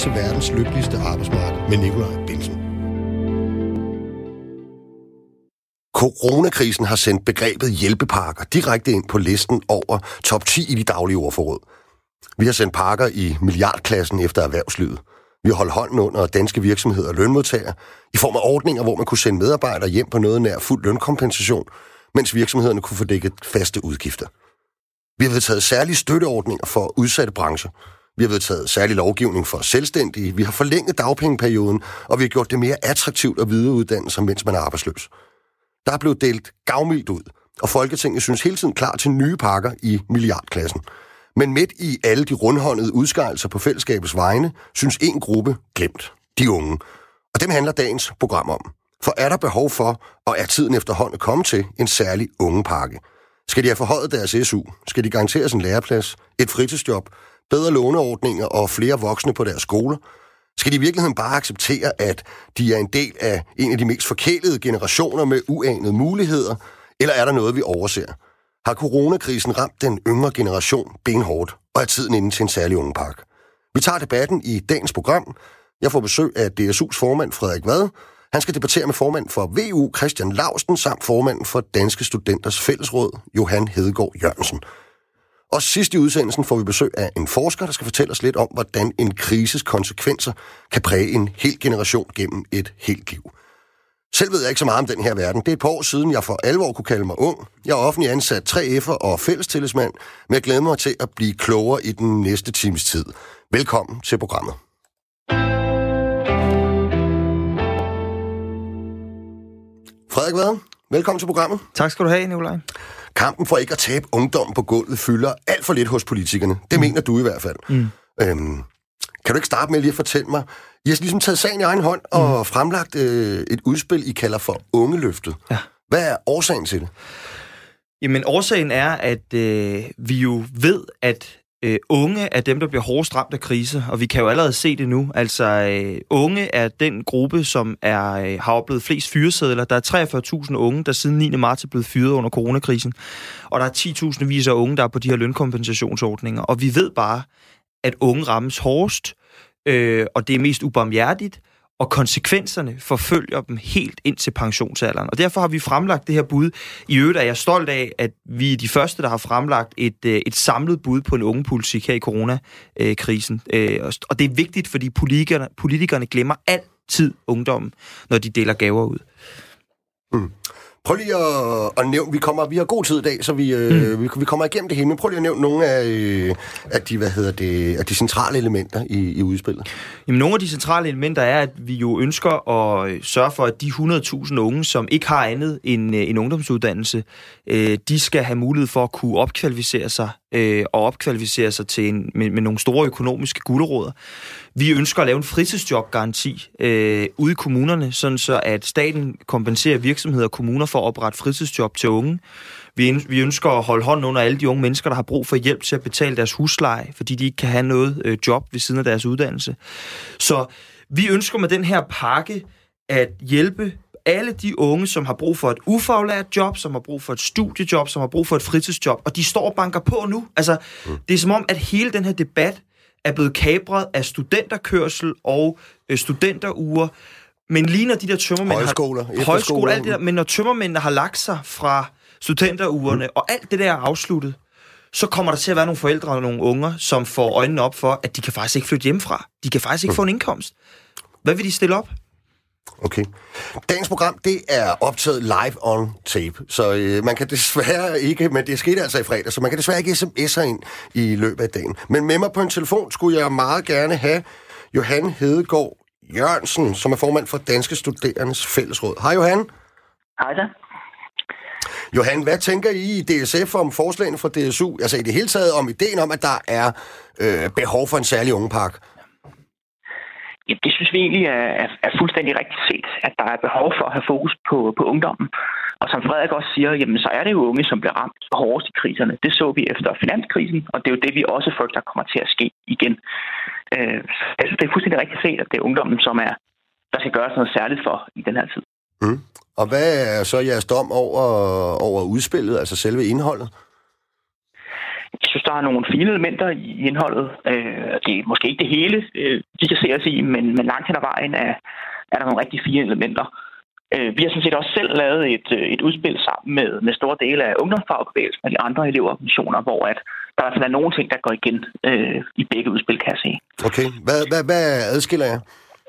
til verdens lykkeligste arbejdsmarked med Nikolaj Bensen. Coronakrisen har sendt begrebet hjælpepakker direkte ind på listen over top 10 i de daglige ordforråd. Vi har sendt pakker i milliardklassen efter erhvervslivet. Vi har holdt hånden under danske virksomheder og lønmodtagere i form af ordninger, hvor man kunne sende medarbejdere hjem på noget nær fuld lønkompensation, mens virksomhederne kunne få dækket faste udgifter. Vi har vedtaget særlige støtteordninger for udsatte brancher. Vi har vedtaget særlig lovgivning for selvstændige. Vi har forlænget dagpengeperioden, og vi har gjort det mere attraktivt at videreuddanne sig, mens man er arbejdsløs. Der er blevet delt gavmildt ud, og Folketinget synes hele tiden klar til nye pakker i milliardklassen. Men midt i alle de rundhåndede udskejelser på fællesskabets vegne, synes en gruppe glemt. De unge. Og dem handler dagens program om. For er der behov for, og er tiden efterhånden kommet til, en særlig ungepakke? Skal de have forhøjet deres SU? Skal de garanteres en læreplads? Et fritidsjob? Bedre låneordninger og flere voksne på deres skoler? Skal de i virkeligheden bare acceptere, at de er en del af en af de mest forkælede generationer med uanede muligheder? Eller er der noget, vi overser? Har coronakrisen ramt den yngre generation benhårdt, og er tiden inde til en særlig ungepakke? Vi tager debatten i dagens program. Jeg får besøg af DSU's formand Frederik Vad. Han skal debattere med formand for VU Christian Lausten samt formanden for Danske Studenters Fællesråd Johan Hedegaard Jørgensen. Og sidst i udsendelsen får vi besøg af en forsker, der skal fortælle os lidt om, hvordan en krises konsekvenser kan præge en hel generation gennem et helt liv. Selv ved jeg ikke så meget om den her verden. Det er et par år siden, jeg for alvor kunne kalde mig ung. Jeg er offentlig ansat 3F'er og fællestillidsmand, men jeg glæder mig til at blive klogere i den næste times tid. Velkommen til programmet. Frederik Vad, velkommen til programmet. Tak skal du have, Nikolaj. Kampen for ikke at tabe ungdommen på gulvet fylder alt for lidt hos politikerne. Det mener du i hvert fald. Kan du ikke starte med lige at fortælle mig? I har ligesom taget sagen i egen hånd og fremlagt et udspil, I kalder for Ungeløftet. Ja. Hvad er årsagen til det? Jamen, årsagen er, at vi jo ved, at unge er dem, der bliver hårdest ramt af krise, og vi kan jo allerede se det nu. Altså, unge er den gruppe, som har oplevet flest fyresedler. Der er 43.000 unge, der siden 9. marts er blevet fyret under coronakrisen, og der er 10.000 vis af unge, der er på de her lønkompensationsordninger. Og vi ved bare, at unge rammes hårdest, og det er mest ubarmhjertigt, og konsekvenserne forfølger dem helt ind til pensionsalderen. Og derfor har vi fremlagt det her bud. I øvrigt er jeg stolt af, at vi er de første, der har fremlagt et samlet bud på en ungepolitik her i coronakrisen. Og det er vigtigt, fordi politikerne glemmer altid ungdommen, når de deler gaver ud. Prøv lige at nævne, vi har god tid i dag, så vi kommer igennem det hele, men prøv lige at nævne nogle af de centrale elementer i udspillet. Jamen, nogle af de centrale elementer er, at vi jo ønsker at sørge for, at de 100.000 unge, som ikke har andet end en ungdomsuddannelse, de skal have mulighed for at kunne opkvalificere sig til med nogle store økonomiske gulerødder. Vi ønsker at lave en fritidsjobgaranti ude i kommunerne, sådan så at staten kompenserer virksomheder og kommuner for at oprette fritidsjob til unge. Vi ønsker at holde hånden under alle de unge mennesker, der har brug for hjælp til at betale deres husleje, fordi de ikke kan have noget job ved siden af deres uddannelse. Så vi ønsker med den her pakke at hjælpe alle de unge, som har brug for et ufaglært job, som har brug for et studiejob, som har brug for et fritidsjob, og de står og banker på nu. Altså, det er som om, at hele den her debat er blevet kapret af studenterkørsel og studenteruger. Men lige når de der tømmermænd højskoler, alt det der, men når tømmermændene har lagt sig fra studenterugerne, og alt det der er afsluttet, så kommer der til at være nogle forældre og nogle unger, som får øjnene op for, at de kan faktisk ikke flytte hjemmefra. De kan faktisk ikke få en indkomst. Hvad vil de stille op? Okay. Dagens program, det er optaget live on tape, så man kan desværre ikke, men det skete altså i fredag, så man kan desværre ikke sms'er ind i løbet af dagen. Men med mig på en telefon skulle jeg meget gerne have Johan Hedegaard Jørgensen, som er formand for Danske Studerendes Fællesråd. Hej Johan. Hej da. Johan, hvad tænker I i DSF om forslagene fra DSU? Altså i det hele taget om ideen om, at der er behov for en særlig ungepakke? Ja, det synes vi egentlig er fuldstændig rigtigt set, at der er behov for at have fokus på ungdommen. Og som Frederik også siger, jamen, så er det jo unge, som bliver ramt hårdest i kriserne. Det så vi efter finanskrisen, og det er jo det, vi også frygter kommer til at ske igen. Jeg synes, det er fuldstændig rigtigt set, at det er ungdommen, der skal gøres noget særligt for i den her tid. Og hvad er så jeres dom over udspillet, altså selve indholdet? Jeg synes, der er nogle fine elementer i indholdet. Det er måske ikke det hele, de kan se os i, men langt hen ad vejen er der nogle rigtig fine elementer. Vi har sådan set også selv lavet et udspil sammen med store dele af ungdomsfagbevægelsen og de andre elevorganisationer, hvor at der i hvert fald er nogle ting, der går igen i begge udspil, kan jeg se. Okay. Hvad adskiller jer?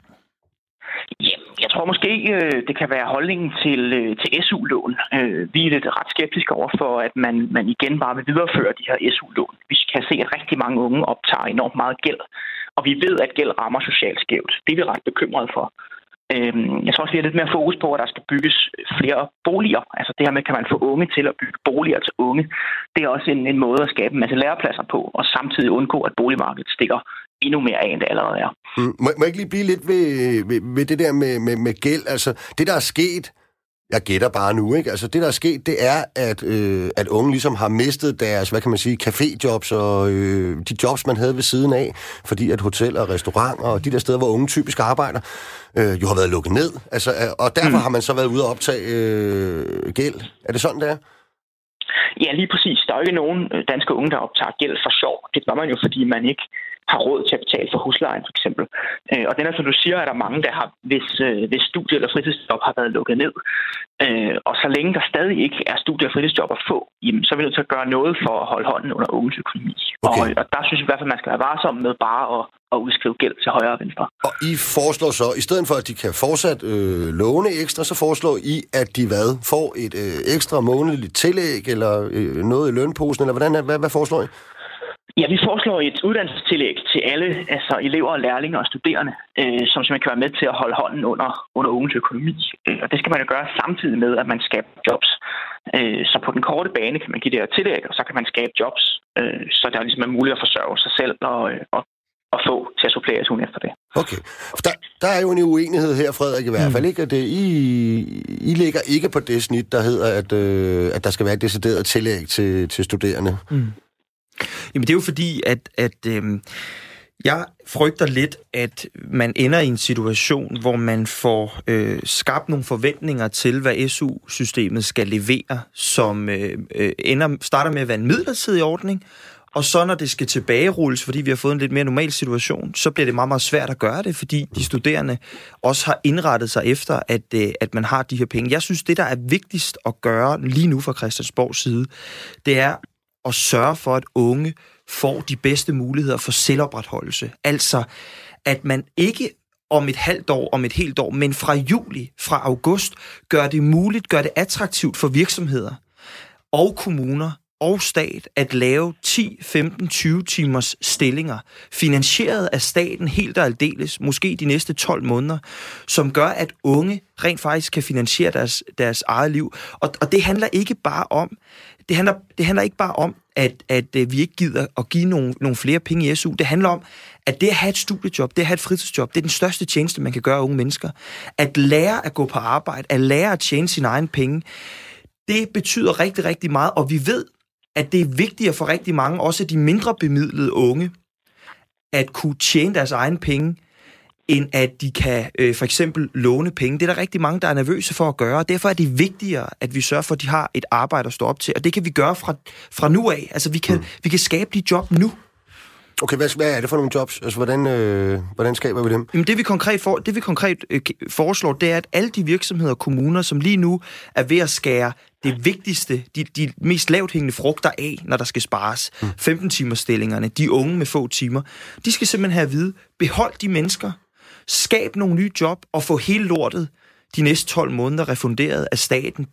Ja, jeg tror måske, det kan være holdningen til SU-lån. Vi er lidt ret skeptiske over for, at man igen bare vil videreføre de her SU-lån. Vi kan se, at rigtig mange unge optager enormt meget gæld, og vi ved, at gæld rammer socialt skævt. Det er vi ret bekymrede for. Jeg tror også, vi har lidt mere fokus på, at der skal bygges flere boliger. Altså det her med, kan man få unge til at bygge boliger til unge. Det er også en måde at skabe en masse lærepladser på, og samtidig undgå, at boligmarkedet stikker endnu mere af, end det allerede er. Må jeg ikke lige blive lidt ved det der med gæld? Altså det, der er sket, jeg gætter bare nu, ikke? Altså det, der er sket, det er, at unge ligesom har mistet deres, hvad kan man sige, caféjobs og de jobs, man havde ved siden af, fordi at hoteller og restauranter og de der steder, hvor unge typisk arbejder, jo har været lukket ned. Altså, og derfor har man så været ude og optage gæld. Er det sådan, det er? Ja, lige præcis. Der er jo ikke nogen danske unge, der optager gæld for sjov. Det gør man jo, fordi man ikke har råd til at betale for huslejen, for eksempel. Og den er, som du siger, er der mange, der har, hvis studie- eller fritidsjob har været lukket ned. Og så længe der stadig ikke er studie- og fritidsjob at få, jamen, så er vi nødt til at gøre noget for at holde hånden under unges økonomi. Okay. Og der synes jeg i hvert fald, man skal være varsom med bare at udskrive gæld til højre og venstre. Og I foreslår så, i stedet for at de kan fortsat låne ekstra, så foreslår I, at de får et ekstra månedligt tillæg, eller noget i lønposen, eller hvad foreslår I? Ja, vi foreslår et uddannelsestillæg til alle, altså elever, lærlinge og studerende, som simpelthen kan være med til at holde hånden under unges økonomi. Og det skal man jo gøre samtidig med, at man skaber jobs. Så på den korte bane kan man give det her tillæg, og så kan man skabe jobs, så der ligesom er muligt at forsørge sig selv og få til at supplere SU'en efter det. Okay. Der er jo en uenighed her, Frederik, i hvert fald ikke, at I ligger ikke på det snit, der hedder, at der skal være et decideret tillæg til studerende. Jamen det er jo fordi, at jeg frygter lidt, at man ender i en situation, hvor man får skabt nogle forventninger til, hvad SU-systemet skal levere, som starter med at være en midlertidig ordning, og så når det skal tilbagerulles, fordi vi har fået en lidt mere normal situation, så bliver det meget, meget svært at gøre det, fordi de studerende også har indrettet sig efter, at man har de her penge. Jeg synes, det der er vigtigst at gøre lige nu fra Christiansborgs side, det er at sørge for, at unge får de bedste muligheder for selvopretholdelse. Altså, at man ikke om et halvt år, om et helt år, men fra juli, fra august, gør det muligt, gør det attraktivt for virksomheder og kommuner og stat at lave 10, 15, 20 timers stillinger, finansieret af staten helt og aldeles, måske de næste 12 måneder, som gør, at unge rent faktisk kan finansiere deres eget liv. Og det handler ikke bare om, det handler ikke bare om, at vi ikke gider at give nogle flere penge i SU. Det handler om, at det at have et studiejob, det at have et fritidsjob, det er den største tjeneste, man kan gøre unge mennesker. At lære at gå på arbejde, at lære at tjene sine egne penge, det betyder rigtig, rigtig meget, og vi ved, at det er vigtigere for rigtig mange, også de mindre bemidlede unge, at kunne tjene deres egne penge, end at de kan for eksempel låne penge. Det er der rigtig mange, der er nervøse for at gøre, og derfor er det vigtigere, at vi sørger for, at de har et arbejde at stå op til, og det kan vi gøre fra nu af. Altså, vi kan skabe de job nu. Okay, hvad er det for nogle jobs? Altså, hvordan skaber vi dem? Jamen, det vi konkret foreslår, det er, at alle de virksomheder og kommuner, som lige nu er ved at skære det vigtigste, de mest lavt hængende frugter af, når der skal spares, 15-timers-stillingerne, de unge med få timer, de skal simpelthen have at vide, behold de mennesker, skab nogle nye job og få hele lortet de næste 12 måneder refunderet af staten.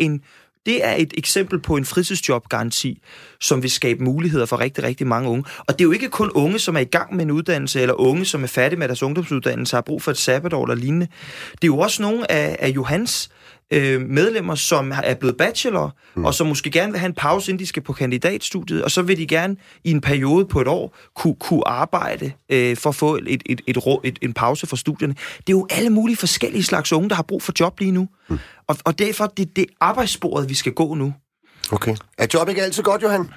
Det er et eksempel på en fritidsjobgaranti, som vil skabe muligheder for rigtig, rigtig mange unge. Og det er jo ikke kun unge, som er i gang med en uddannelse, eller unge, som er færdige med deres ungdomsuddannelse, har brug for et sabbatår eller lignende. Det er jo også nogle af Johans medlemmer, som er blevet bachelor, og som måske gerne vil have en pause, inden de skal på kandidatstudiet, og så vil de gerne i en periode på et år kunne arbejde for at få en pause fra studierne. Det er jo alle mulige forskellige slags unge, der har brug for job lige nu. Og derfor det er arbejdssporet, vi skal gå nu. Okay. Er job ikke altid godt, Johan?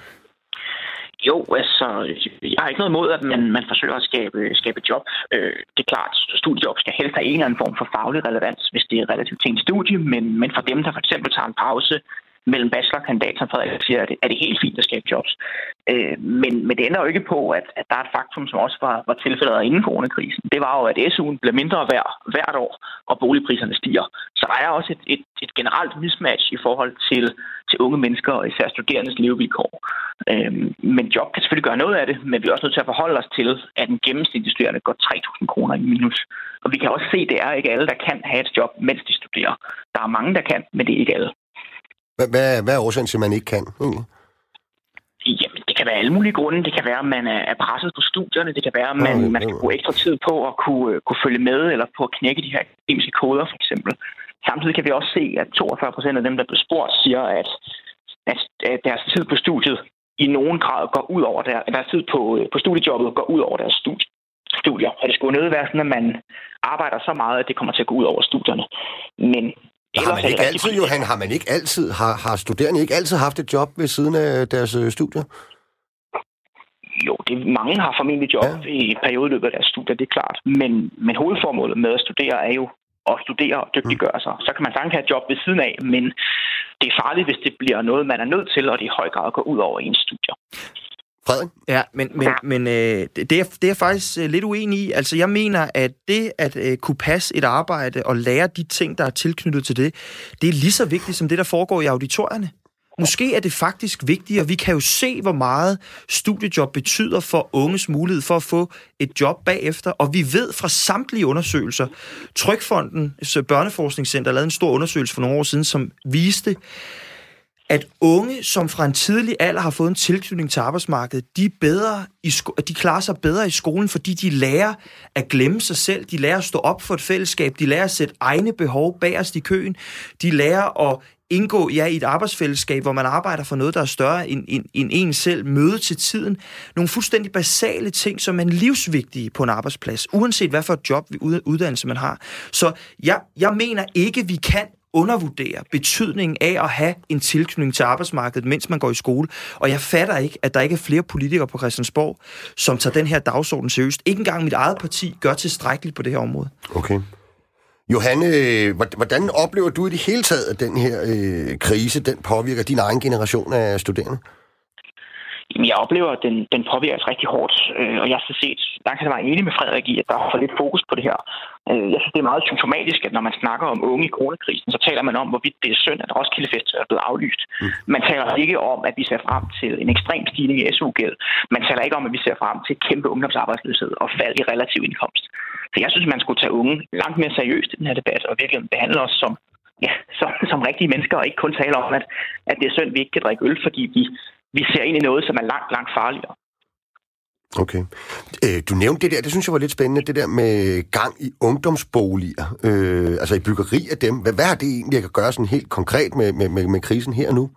Jo, altså, jeg har ikke noget imod, at man forsøger at skabe job. Det er klart, studiejob skal helst have en eller anden form for faglig relevans, hvis det er relativt til en studie, men for dem, der for eksempel tager en pause mellem bachelor og kandidat, som Frederik siger, er det helt fint at skabe jobs. Men det ændrer jo ikke på, at der er et faktum, som også var tilfældet inden coronakrisen. Det var jo, at SU'en bliver mindre værd hvert år, og boligpriserne stiger. Så der er også et generelt mismatch i forhold til unge mennesker, og især studerendes levevilkår. Men job kan selvfølgelig gøre noget af det, men vi er også nødt til at forholde os til, at en gennemsnitlig studerende går 3.000 kroner i minus. Og vi kan også se, at det er ikke alle, der kan have et job, mens de studerer. Der er mange, der kan, men det er ikke alle. Hvad er årsagen til, at man ikke kan? Jamen, det kan være alle mulige grunde. Det kan være, at man er presset på studierne. Det kan være, at man skal bruge ekstra tid på at kunne følge med, eller på at knække de her akademiske koder, for eksempel. Samtidig kan vi også se, at 42% af dem, der bliver spurgt, siger, at deres tid på studiet i nogen grad går ud over deres tid på studiejobbet går ud over deres studier. Og det skulle nødt være sådan, at man arbejder så meget, at det kommer til at gå ud over studierne. Men har man ikke altid, Johan, har studerende ikke altid haft et job ved siden af deres studier? Jo, mange har formentlig job i periodeløbet af deres studier, det er klart. Men hovedformålet med at studere er jo at studere og dygtiggøre sig. Så kan man sagtens have et job ved siden af, men det er farligt, hvis det bliver noget, man er nødt til, og det i høj grad går ud over ens studier. Frederik? Ja, men det er jeg faktisk lidt uenig i. Altså, jeg mener, at det at kunne passe et arbejde og lære de ting, der er tilknyttet til det er lige så vigtigt som det, der foregår i auditorierne. Måske er det faktisk vigtigt, og vi kan jo se, hvor meget studiejob betyder for unges mulighed for at få et job bagefter, og vi ved fra samtlige undersøgelser, Trygfondens børneforskningscenter lavede en stor undersøgelse for nogle år siden, som viste, at unge, som fra en tidlig alder har fået en tilknytning til arbejdsmarkedet, de klarer sig bedre i skolen, fordi de lærer at glemme sig selv, de lærer at stå op for et fællesskab, de lærer at sætte egne behov bagerst i køen, de lærer at indgå i et arbejdsfællesskab, hvor man arbejder for noget, der er større end en selv, møde til tiden. Nogle fuldstændig basale ting, som er livsvigtige på en arbejdsplads, uanset hvad for et job, uddannelse man har. Så jeg mener ikke, vi kan undervurdere betydningen af at have en tilknytning til arbejdsmarkedet, mens man går i skole. Og jeg fatter ikke, at der ikke er flere politikere på Christiansborg, som tager den her dagsorden seriøst. Ikke engang mit eget parti gør tilstrækkeligt på det her område. Okay. Johanne, hvordan oplever du i det hele taget, at den her krise, den påvirker din egen generation af studerende? Jeg oplever, at den påvirker os rigtig hårdt, og jeg har set langt hen meget enig med Frederik i, at der er for lidt fokus på det her. Jeg synes, det er meget symptomatisk, at når man snakker om unge i coronakrisen, så taler man om, hvorvidt det er synd, at Roskilde Festival er blevet aflyst. Man taler ikke om, at vi ser frem til en ekstrem stigning i SU-gæld. Man taler ikke om, at vi ser frem til kæmpe ungdomsarbejdsløshed og fald i relativ indkomst. Så jeg synes, man skulle tage unge langt mere seriøst i den her debat, og virkelig behandle os som rigtige mennesker, og ikke kun tale om, at det er synd, at vi ikke kan drikke øl, fordi vi ser ind i noget, som er langt, langt farligere. Okay. Du nævnte det der, det synes jeg var lidt spændende, det der med gang i ungdomsboliger, altså i byggeri af dem. Hvad har det egentlig at gøre sådan helt konkret med krisen her og nu?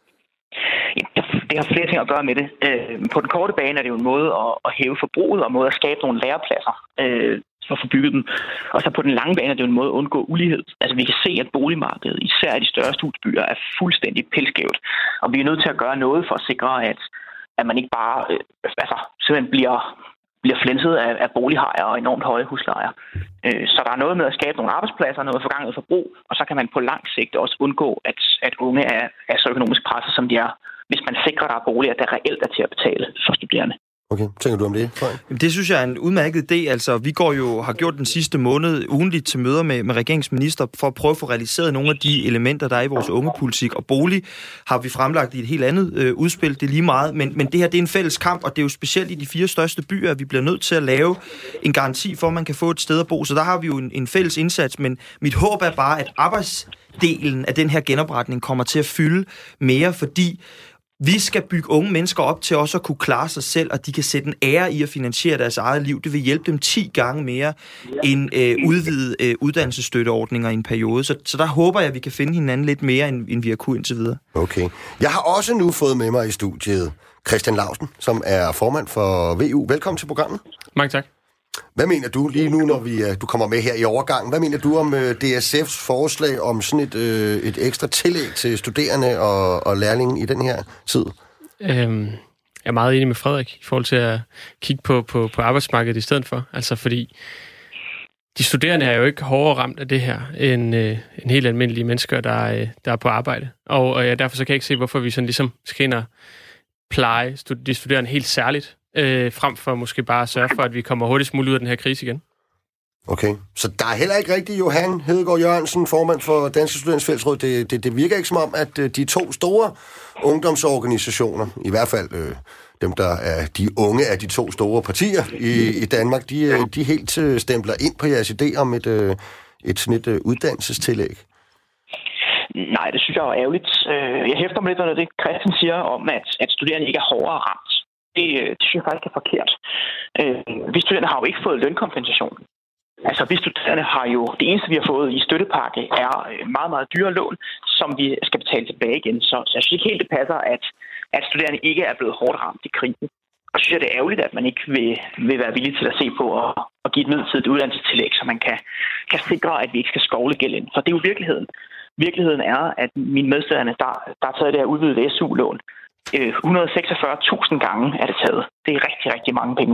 Det har flere ting at gøre med det. På den korte bane er det jo en måde at hæve forbruget og en måde at skabe nogle lærepladser for at få bygget dem. Og så på den lange bane er det jo en måde at undgå ulighed. Altså vi kan se, at boligmarkedet, især i de større studiebyer, er fuldstændig pilskævt. Og vi er nødt til at gøre noget for at sikre, at man ikke bare simpelthen bliver flænset af bolighajer og enormt høje huslejer. Så der er noget med at skabe nogle arbejdspladser, noget forganget forbrug, og så kan man på lang sigt også undgå, at unge er så økonomisk presset, som de er, hvis man sikrer, at der er boliger, der reelt er til at betale for studerende. Okay, tænker du om det? Det synes jeg er en udmærket idé. Altså, vi har gjort den sidste måned ugentligt til møder med regeringsminister for at prøve at få realiseret nogle af de elementer, der er i vores ungepolitik. Og bolig har vi fremlagt i et helt andet udspil, det er lige meget. Men det her, det er en fælles kamp, og det er jo specielt i de 4 største byer, at vi bliver nødt til at lave en garanti for, at man kan få et sted at bo. Så der har vi jo en fælles indsats, men mit håb er bare, at arbejdsdelen af den her genopretning kommer til at fylde mere, fordi vi skal bygge unge mennesker op til også at kunne klare sig selv, og de kan sætte en ære i at finansiere deres eget liv. Det vil hjælpe dem 10 gange mere end udvidede uddannelsesstøtteordninger i en periode. Så der håber jeg, at vi kan finde hinanden lidt mere, end vi har kunnet indtil videre. Okay. Jeg har også nu fået med mig i studiet Christian Lausen, som er formand for VU. Velkommen til programmet. Mange tak. Hvad mener du lige nu, når du kommer med her i overgangen? Hvad mener du om DSF's forslag om sådan et ekstra tillæg til studerende og lærlinge i den her tid? Jeg er meget enig med Frederik i forhold til at kigge på arbejdsmarkedet i stedet for. Altså fordi de studerende er jo ikke hårdere ramt af det her, end en helt almindelige mennesker, der er på arbejde. Og derfor så kan jeg ikke se, hvorfor vi sådan ligesom skal ind og pleje de studerende helt særligt, frem for måske bare at sørge for, at vi kommer hurtigst muligt ud af den her krise igen. Okay, så der er heller ikke rigtig Johan Hedegaard Jørgensen, formand for Danske Studerende Fællesråd. Det virker ikke som om, at de to store ungdomsorganisationer, i hvert fald dem, der er de unge af de to store partier i Danmark, de helt stempler ind på jeres idé om et sådan et uddannelsestillæg. Nej, det synes jeg er ærgerligt. Jeg hæfter mig lidt under det, Christian siger om, at studerende ikke er hårdere ramt. Det synes jeg faktisk er forkert. Vi studerende har jo ikke fået lønkompensation. Altså, vi studerende har jo... Det eneste, vi har fået i støttepakke, er meget, meget dyre lån, som vi skal betale tilbage igen. Så jeg synes ikke helt, det passer, at studerende ikke er blevet hårdt ramt i krisen. Og så synes jeg, det er ærgerligt, at man ikke vil være villig til at se på og give et midlertidigt uddannelsestillæg, så man kan sikre, at vi ikke skal skovle gæld ind. For det er jo virkeligheden. Virkeligheden er, at mine medstuderende, der er taget det her udvidede SU-lån. 146.000 gange er det taget. Det er rigtig, rigtig mange penge.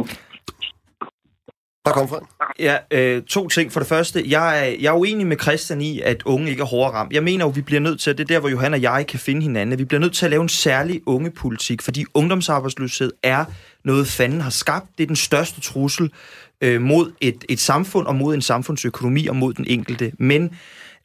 Ja, to ting. For det første, jeg er uenig med Christian i, at unge ikke er hårdere ramt. Jeg mener jo, vi bliver nødt til, at det er der, hvor Johan og jeg kan finde hinanden, at vi bliver nødt til at lave en særlig ungepolitik, fordi ungdomsarbejdsløshed er noget, fanden har skabt. Det er den største trussel mod et samfund, og mod en samfundsøkonomi, og mod den enkelte. Men,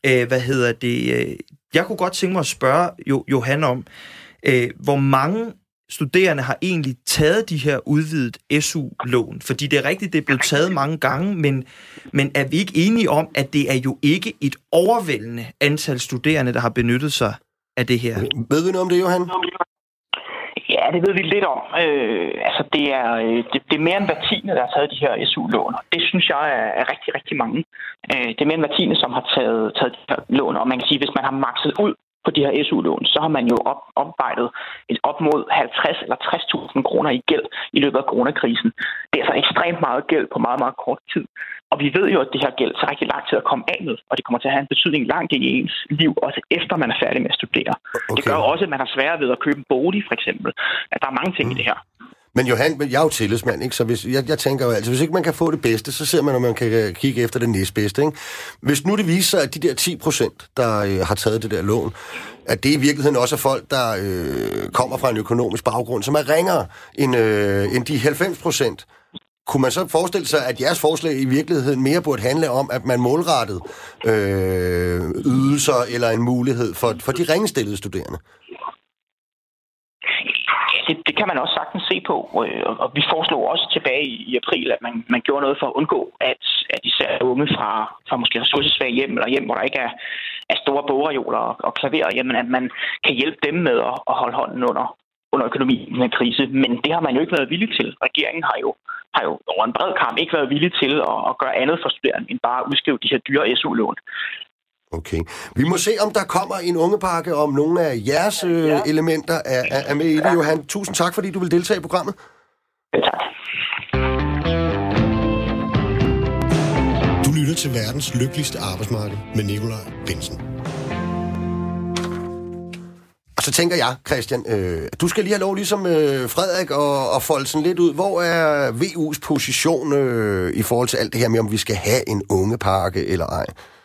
jeg kunne godt tænke mig at spørge Johan om, hvor mange studerende har egentlig taget de her udvidet SU-lån? Fordi det er rigtigt, det er blevet taget mange gange, men er vi ikke enige om, at det er jo ikke et overvældende antal studerende, der har benyttet sig af det her? Ved vi noget om det, Johan? Ja, det ved vi lidt om. Det er mere end hver tiende, der har taget de her SU-lån. Det synes jeg er rigtig, rigtig mange. Det er mere end hver tiende, som har taget de her lån. Og man kan sige, at hvis man har makset ud på de her SU-lån, så har man jo oparbejdet et op mod 50 eller 60.000 kroner i gæld i løbet af coronakrisen. Det er altså ekstremt meget gæld på meget, meget kort tid. Og vi ved jo, at det her gæld tager rigtig lang tid at komme af med, og det kommer til at have en betydning langt i ens liv, også efter man er færdig med at studere. Okay. Det gør jo også, at man har sværere ved at købe en bolig, for eksempel. At der er mange ting i det her. Men Johan, jeg er jo tillidsmand, ikke? Så jeg tænker jo altid, hvis ikke man kan få det bedste, så ser man, om man kan kigge efter det næstbedste, ikke? Hvis nu det viser sig, at de der 10%, der har taget det der lån, at det i virkeligheden også er folk, der kommer fra en økonomisk baggrund, som er ringere end de 90%, kunne man så forestille sig, at jeres forslag i virkeligheden mere burde handle om, at man målrettet ydelser eller en mulighed for de ringestillede studerende? Det kan man også sagtens se på, og vi foreslog også tilbage i april, at man gjorde noget for at undgå, at især unge fra måske ressourcesvage hjem, eller hjem, hvor der ikke er store bogreoler og klaverer, jamen at man kan hjælpe dem med at holde hånden under økonomien i en krise. Men det har man jo ikke været villig til. Regeringen har jo over en bred kamp ikke været villig til at gøre andet for studerende, end bare at udskrive de her dyre SU-lån. Okay. Vi må se, om der kommer en ungepakke, om nogle af jeres elementer er med i det, Johan. Tusind tak, fordi du vil deltage i programmet. Ja, tak. Du lytter til verdens lykkeligste arbejdsmarked med Nikolaj Bensen. Og så tænker jeg, Christian, du skal lige have lov, ligesom Frederik, at folde sådan lidt ud. Hvor er VU's position i forhold til alt det her med, om vi skal have en ungepakke eller ej?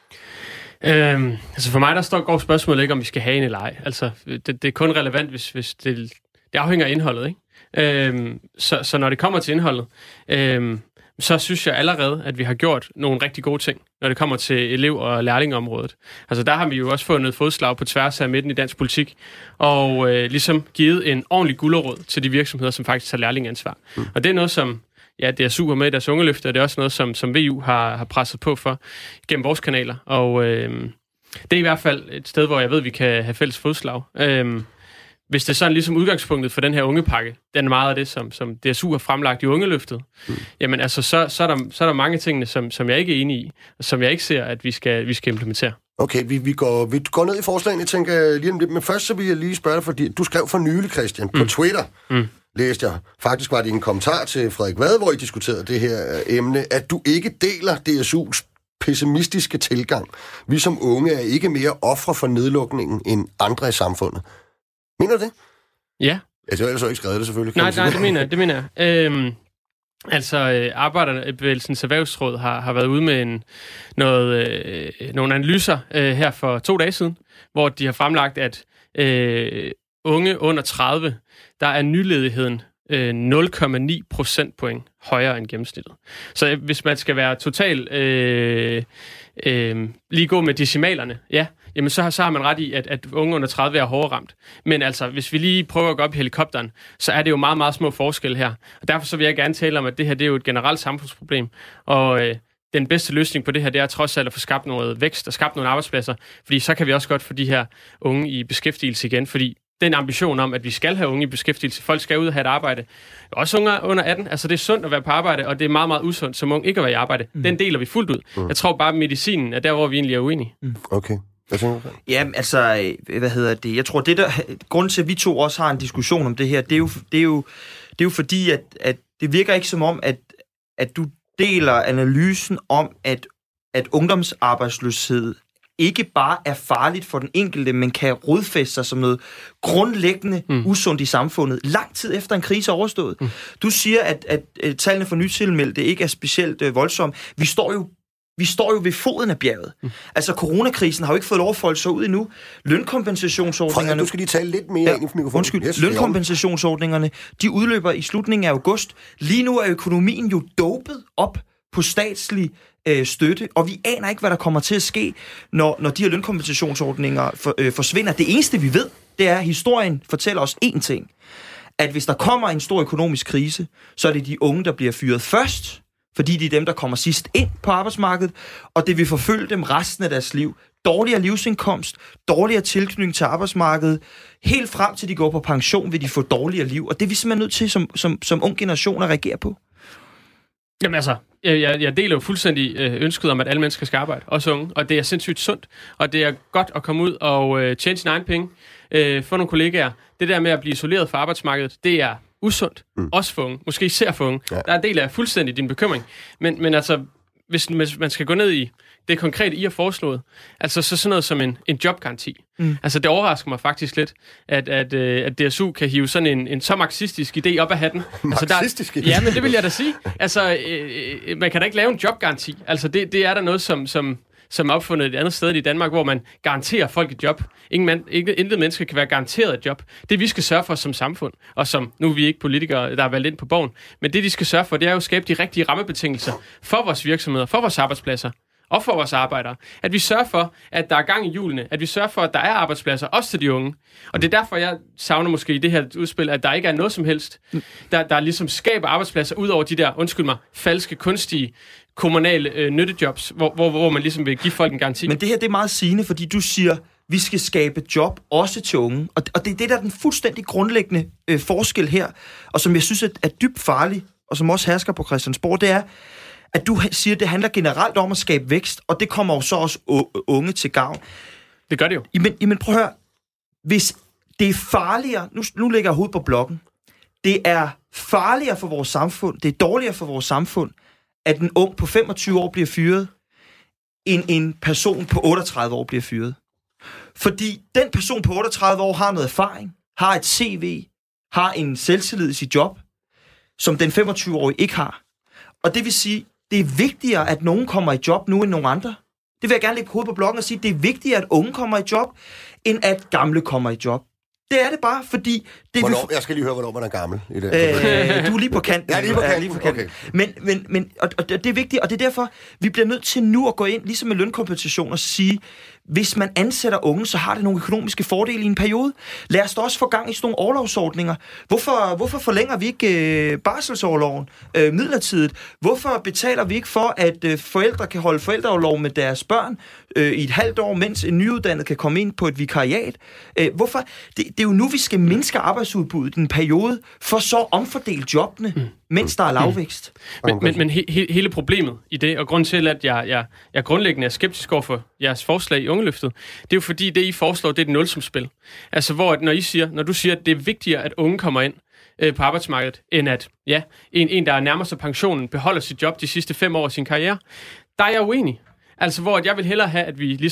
For mig, går spørgsmålet ikke, om vi skal have en eller ej. Altså, det er kun relevant, hvis det afhænger af indholdet, ikke? Så når det kommer til indholdet, så synes jeg allerede, at vi har gjort nogle rigtig gode ting, når det kommer til elev- og lærlingeområdet. Altså, der har vi jo også fundet fodslag på tværs af midten i dansk politik, og ligesom givet en ordentlig gulerod til de virksomheder, som faktisk tager lærlingeansvar. Og det er noget, som det er super med i deres ungeløfte, og det er også noget, som VU har presset på for gennem vores kanaler. Og det er i hvert fald et sted, hvor jeg ved, vi kan have fælles fodslag. Hvis det er sådan ligesom udgangspunktet for den her ungepakke, den er meget af det, som DSU har fremlagt i ungeløftet, jamen altså, så er der mange tingene, som jeg ikke er enig i, og som jeg ikke ser, at vi skal implementere. Okay, vi går ned i forslagene, jeg tænker lige om det. Men først så vil jeg lige spørge dig, fordi du skrev for nylig, Christian, på Twitter, læste jeg. Faktisk var det en kommentar til Frederik Vad, hvor I diskuterede det her emne, at du ikke deler DSU's pessimistiske tilgang. Vi som unge er ikke mere ofre for nedlukningen end andre i samfundet. Mener du det? Ja. Jeg har ellers ikke skrevet det, selvfølgelig. Nej, det mener jeg. Altså, Arbejderbevægelsens Erhvervsråd har været ude med nogle analyser her for 2 dage siden, hvor de har fremlagt, at unge under 30, der er nyledigheden 0,9 procentpoint højere end gennemsnittet. Så hvis man skal være totalt lige gå med decimalerne, ja, jamen så har man ret i, at unge under 30 er hårdere ramt. Men altså, hvis vi lige prøver at gå op i helikopteren, så er det jo meget, meget små forskelle her. Og derfor så vil jeg gerne tale om, at det her det er jo et generelt samfundsproblem. Og den bedste løsning på det her, det er trods alt at få skabt noget vækst og skabt nogle arbejdspladser. Fordi så kan vi også godt få de her unge i beskæftigelse igen, fordi den ambition om, at vi skal have unge i beskæftigelse, folk skal ud og have et arbejde. Også unge under 18, altså det er sundt at være på arbejde, og det er meget, meget usundt som ung ikke at være i arbejde. Den deler vi fuldt ud. Jeg tror bare, at medicinen er der, hvor vi egentlig er uenige. Okay. Jamen, altså, jeg tror, grunden til, at vi to også har en diskussion om det her, det er jo fordi, at det virker ikke som om, at du deler analysen om, at ungdomsarbejdsløshed ikke bare er farligt for den enkelte, men kan rodfæste sig som noget grundlæggende usundt i samfundet, lang tid efter en krise er overstået. Du siger, at tallene for nytilmeldte ikke er specielt voldsomme. Vi står jo ved foden af bjerget. Altså, coronakrisen har jo ikke fået lov at folde sig ud endnu. Lønkompensationsordningerne... Du skal lige tale lidt mere ind i mikrofonen. Undskyld. Yes, lønkompensationsordningerne, de udløber i slutningen af august. Lige nu er økonomien jo dopet op på statslig støtte, og vi aner ikke, hvad der kommer til at ske, når de her lønkompensationsordninger forsvinder. Det eneste, vi ved, det er, at historien fortæller os én ting. At hvis der kommer en stor økonomisk krise, så er det de unge, der bliver fyret først, fordi det er dem, der kommer sidst ind på arbejdsmarkedet, og det vil forfølge dem resten af deres liv. Dårligere livsindkomst, dårligere tilknytning til arbejdsmarkedet, helt frem til de går på pension, vil de få dårligere liv, og det er vi simpelthen nødt til som ung generation at reagere på. Jamen altså, jeg deler jo fuldstændig ønsket om, at alle mennesker skal arbejde, også unge, og det er sindssygt sundt, og det er godt at komme ud og tjene sine egne penge, få nogle kollegaer. Det der med at blive isoleret fra arbejdsmarkedet, det er usundt, også for unge, måske især for unge. Ja. Der er en del af fuldstændig din bekymring, men altså, hvis man skal gå ned i det konkrete, I har foreslået, altså så sådan noget som en jobgaranti. Altså det overrasker mig faktisk lidt, at DSU kan hive sådan en så marxistisk idé op af hatten. Marxistisk? Ja, men det vil jeg da sige. Altså, man kan da ikke lave en jobgaranti. Altså det er der noget, som er opfundet et andet sted i Danmark, hvor man garanterer folk et job. Intet menneske kan være garanteret et job. Det vi skal sørge for som samfund, og som nu er vi ikke politikere, der er valgt ind på borgen, men det de skal sørge for, det er jo at skabe de rigtige rammebetingelser for vores virksomheder, for vores arbejdspladser og for vores arbejdere. At vi sørger for, at der er gang i hjulene, at vi sørger for, at der er arbejdspladser, også til de unge. Og det er derfor, jeg savner måske i det her udspil, at der ikke er noget som helst, der ligesom skaber arbejdspladser ud over de der, falske, kunstige kommunale nyttejobs, hvor man ligesom vil give folk en garanti. Men det her, det er meget sigende, fordi du siger, vi skal skabe job også til unge. Og det er det, der er den fuldstændig grundlæggende forskel her, og som jeg synes er dybt farlig, og som også hersker på Christiansborg, det er, at du siger, at det handler generelt om at skabe vækst, og det kommer jo så også unge til gavn. Det gør det jo. Jamen prøv at høre. Hvis det er farligere, nu lægger jeg hovedet på blokken, det er farligere for vores samfund, det er dårligere for vores samfund, at en ung på 25 år bliver fyret, end en person på 38 år bliver fyret. Fordi den person på 38 år har noget erfaring, har et CV, har en selvtillid i sit job, som den 25-årige ikke har. Og det vil sige, det er vigtigere, at nogen kommer i job nu end nogen andre. Det vil jeg gerne lægge hovedet på blokken og sige, det er vigtigere, at unge kommer i job, end at gamle kommer i job. Det er det bare, fordi... Jeg skal lige høre, hvornår man er gammel i det. Du er lige på kanten. Ja, lige på kanten. Okay. Men og det er vigtigt, og det er derfor, vi bliver nødt til nu at gå ind, ligesom med lønkompensation, og sige, hvis man ansætter unge, så har det nogle økonomiske fordele i en periode. Lad os da også få gang i sådan nogle orlovsordninger. Hvorfor forlænger vi ikke barselsorloven midlertidigt? Hvorfor betaler vi ikke for, at forældre kan holde forældreorlov med deres børn i et halvt år, mens en nyuddannet kan komme ind på et vikariat? Hvorfor? Det er jo nu, vi skal mindske arbejdsudbuddet i en periode, for så at omfordele jobbene, mens der er lavvækst. Men hele problemet i det, og grund til, at jeg grundlæggende er skeptisk over for jeres forslag i Ungeløftet, det er jo fordi, det I foreslår, det er et nulsumsspil. Altså, hvor når du siger, at det er vigtigere, at unge kommer ind på arbejdsmarkedet, end at en, der er nærmere sig pensionen, beholder sit job de sidste 5 år af sin karriere, der er jeg uenig. Altså, hvor jeg vil hellere have, at vi ligesom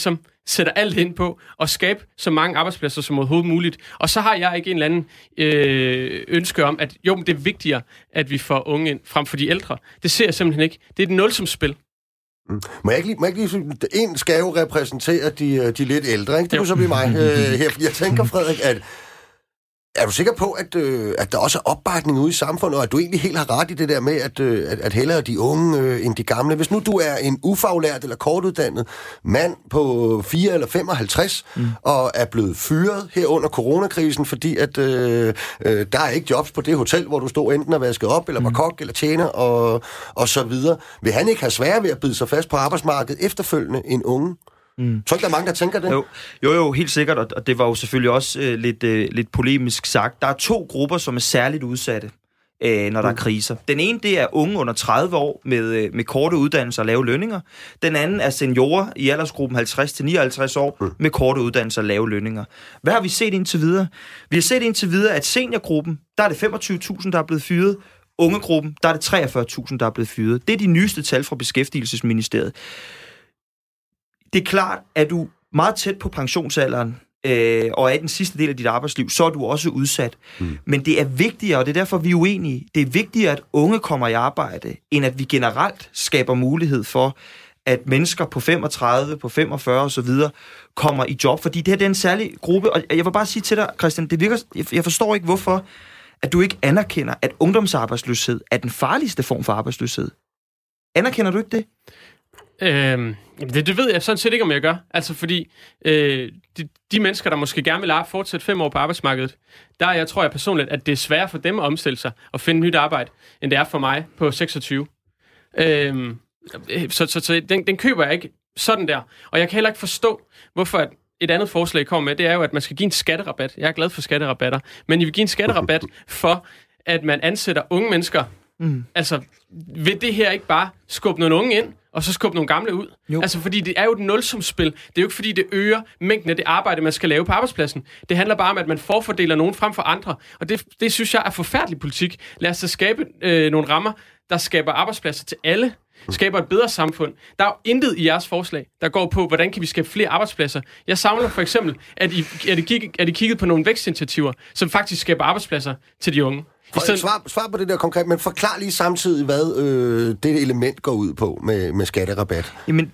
sætter alt ind på at skabe så mange arbejdspladser som overhovedet muligt. Og så har jeg ikke en eller anden ønske om, at jo, det er vigtigere, at vi får unge ind frem for de ældre. Det ser jeg simpelthen ikke. Det er et nulsumsspil. Må jeg ikke lige en skal jo repræsentere de lidt ældre, ikke? Det kunne så blive mig her, fordi jeg tænker, Frederik, at er du sikker på, at der også er opbakning ude i samfundet, og at du egentlig helt har ret i det der med, at hellere de unge end de gamle? Hvis nu du er en ufaglært eller kortuddannet mand på 4 eller 55, og er blevet fyret her under coronakrisen, fordi at der er ikke jobs på det hotel, hvor du stod enten og vaskede op, eller var kok, eller tjener, og så videre. Vil han ikke have svært ved at bide sig fast på arbejdsmarkedet efterfølgende end unge? Tror ikke, der er mange, der tænker det? Jo, helt sikkert, og det var jo selvfølgelig også lidt polemisk sagt. Der er 2 grupper, som er særligt udsatte, når der er kriser. Den ene, det er unge under 30 år med korte uddannelser og lave lønninger. Den anden er seniorer i aldersgruppen 50-59 år med korte uddannelser og lave lønninger. Hvad har vi set indtil videre? Vi har set indtil videre, at seniorgruppen, der er det 25.000, der er blevet fyret. Ungegruppen, der er det 43.000, der er blevet fyret. Det er de nyeste tal fra Beskæftigelsesministeriet. Det er klart, at du meget tæt på pensionsalderen og er i den sidste del af dit arbejdsliv, så er du også udsat. Men det er vigtigere, og det er derfor, vi er uenige, det er vigtigere, at unge kommer i arbejde, end at vi generelt skaber mulighed for, at mennesker på 35, på 45 og så videre kommer i job. Fordi det her er en særlig gruppe, og jeg vil bare sige til dig, Christian, det virker, jeg forstår ikke, hvorfor at du ikke anerkender, at ungdomsarbejdsløshed er den farligste form for arbejdsløshed. Anerkender du ikke det? Det ved jeg sådan set ikke, om jeg gør. Altså fordi de mennesker, der måske gerne vil fortsætte 5 år på arbejdsmarkedet, der tror jeg personligt, at det er sværere for dem at omstille sig og finde nyt arbejde, end det er for mig på 26. Så den køber jeg ikke sådan der. Og jeg kan heller ikke forstå, hvorfor et andet forslag, I kommer med, det er jo, at man skal give en skatterabat. Jeg er glad for skatterabatter. Men I vil give en skatterabat for, at man ansætter unge mennesker. Altså, vil det her ikke bare skubbe nogle unge ind, og så skubbe nogle gamle ud? Jo. Altså, fordi det er jo et nulsumsspil. Det er jo ikke, fordi det øger mængden af det arbejde, man skal lave på arbejdspladsen. Det handler bare om, at man forfordeler nogen frem for andre. Og det synes jeg er forfærdelig politik. Lad os så skabe nogle rammer, der skaber arbejdspladser til alle, skaber et bedre samfund. Der er jo intet i jeres forslag, der går på, hvordan kan vi skabe flere arbejdspladser. Jeg savner for eksempel, at I kiggede på nogle vækstinitiativer, som faktisk skaber arbejdspladser til de unge. Svar på det der konkret, men forklar lige samtidig, hvad det element går ud på med skatterabat. Jamen,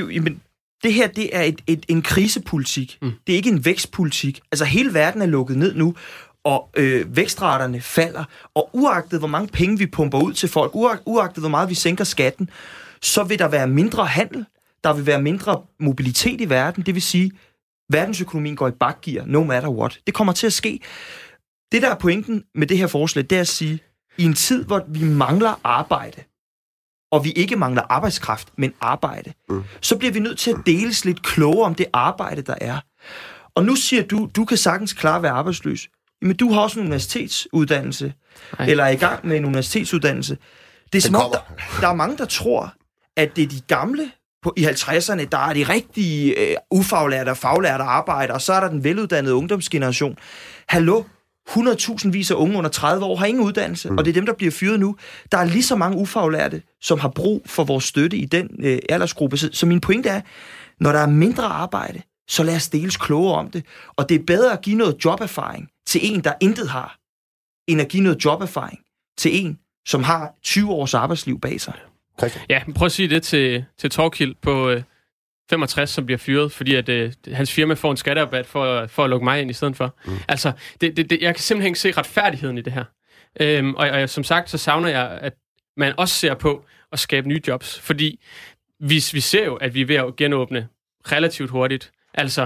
det her, det er en krisepolitik. Det er ikke en vækstpolitik. Altså, hele verden er lukket ned nu, og vækstraterne falder, og uagtet hvor mange penge vi pumper ud til folk, uagtet hvor meget vi sænker skatten, så vil der være mindre handel, der vil være mindre mobilitet i verden, det vil sige, verdensøkonomien går i bakgear, no matter what. Det kommer til at ske. Det, der er pointen med det her forslag, det er at sige, i en tid, hvor vi mangler arbejde, og vi ikke mangler arbejdskraft, men arbejde, så bliver vi nødt til at deles lidt klogere om det arbejde, der er. Og nu siger du kan sagtens klare at være arbejdsløs. Men du har også en universitetsuddannelse, eller er i gang med en universitetsuddannelse. Det er som om, der er mange, der tror, at det er de gamle i 50'erne, der er de rigtige ufaglærte og faglærte arbejdere, og så er der den veluddannede ungdomsgeneration. Hallo? 100.000 af unge under 30 år har ingen uddannelse, og det er dem, der bliver fyret nu. Der er lige så mange ufaglærte, som har brug for vores støtte i den aldersgruppe. Så min pointe er, når der er mindre arbejde, så lad os deles klogere om det. Og det er bedre at give noget joberfaring til en, der intet har, end at give noget joberfaring til en, som har 20 års arbejdsliv bag sig. Ja, prøv at sige det til Torkild på 65, som bliver fyret, fordi at hans firma får en skatterabat for at lukke mig ind i stedet for. Altså, jeg kan simpelthen ikke se retfærdigheden i det her. Og som sagt, så savner jeg, at man også ser på at skabe nye jobs, fordi vi ser jo, at vi er ved at genåbne relativt hurtigt. Altså,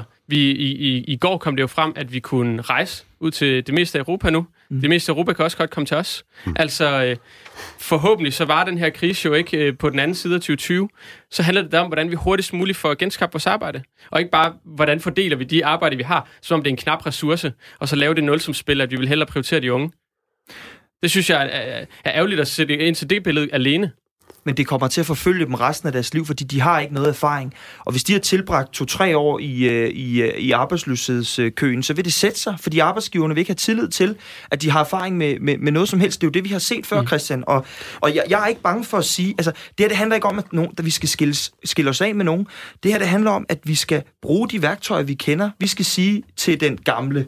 i går kom det jo frem, at vi kunne rejse ud til det meste af Europa nu. Det meste af Europa kan også godt komme til os. Altså, forhåbentlig så var den her krise jo ikke på den anden side af 2020. Så handler det om, hvordan vi hurtigst muligt får genskabt vores arbejde. Og ikke bare, hvordan fordeler vi de arbejde, vi har, som om det er en knap ressource, og så lave det nulsumsspil, at vi vil hellere prioritere de unge. Det synes jeg er ærgerligt at sætte ind til det billede alene. men det kommer til at forfølge dem resten af deres liv, fordi de har ikke noget erfaring. Og hvis de har tilbragt 2-3 år i arbejdsløshedskøen, så vil det sætte sig, fordi arbejdsgiverne vil ikke have tillid til, at de har erfaring med noget som helst. Det er jo det, vi har set før, Christian. Og jeg er ikke bange for at sige, altså det handler ikke om, at vi skal skille os af med nogen. Det her, det handler om, at vi skal bruge de værktøjer, vi kender. Vi skal sige til den gamle,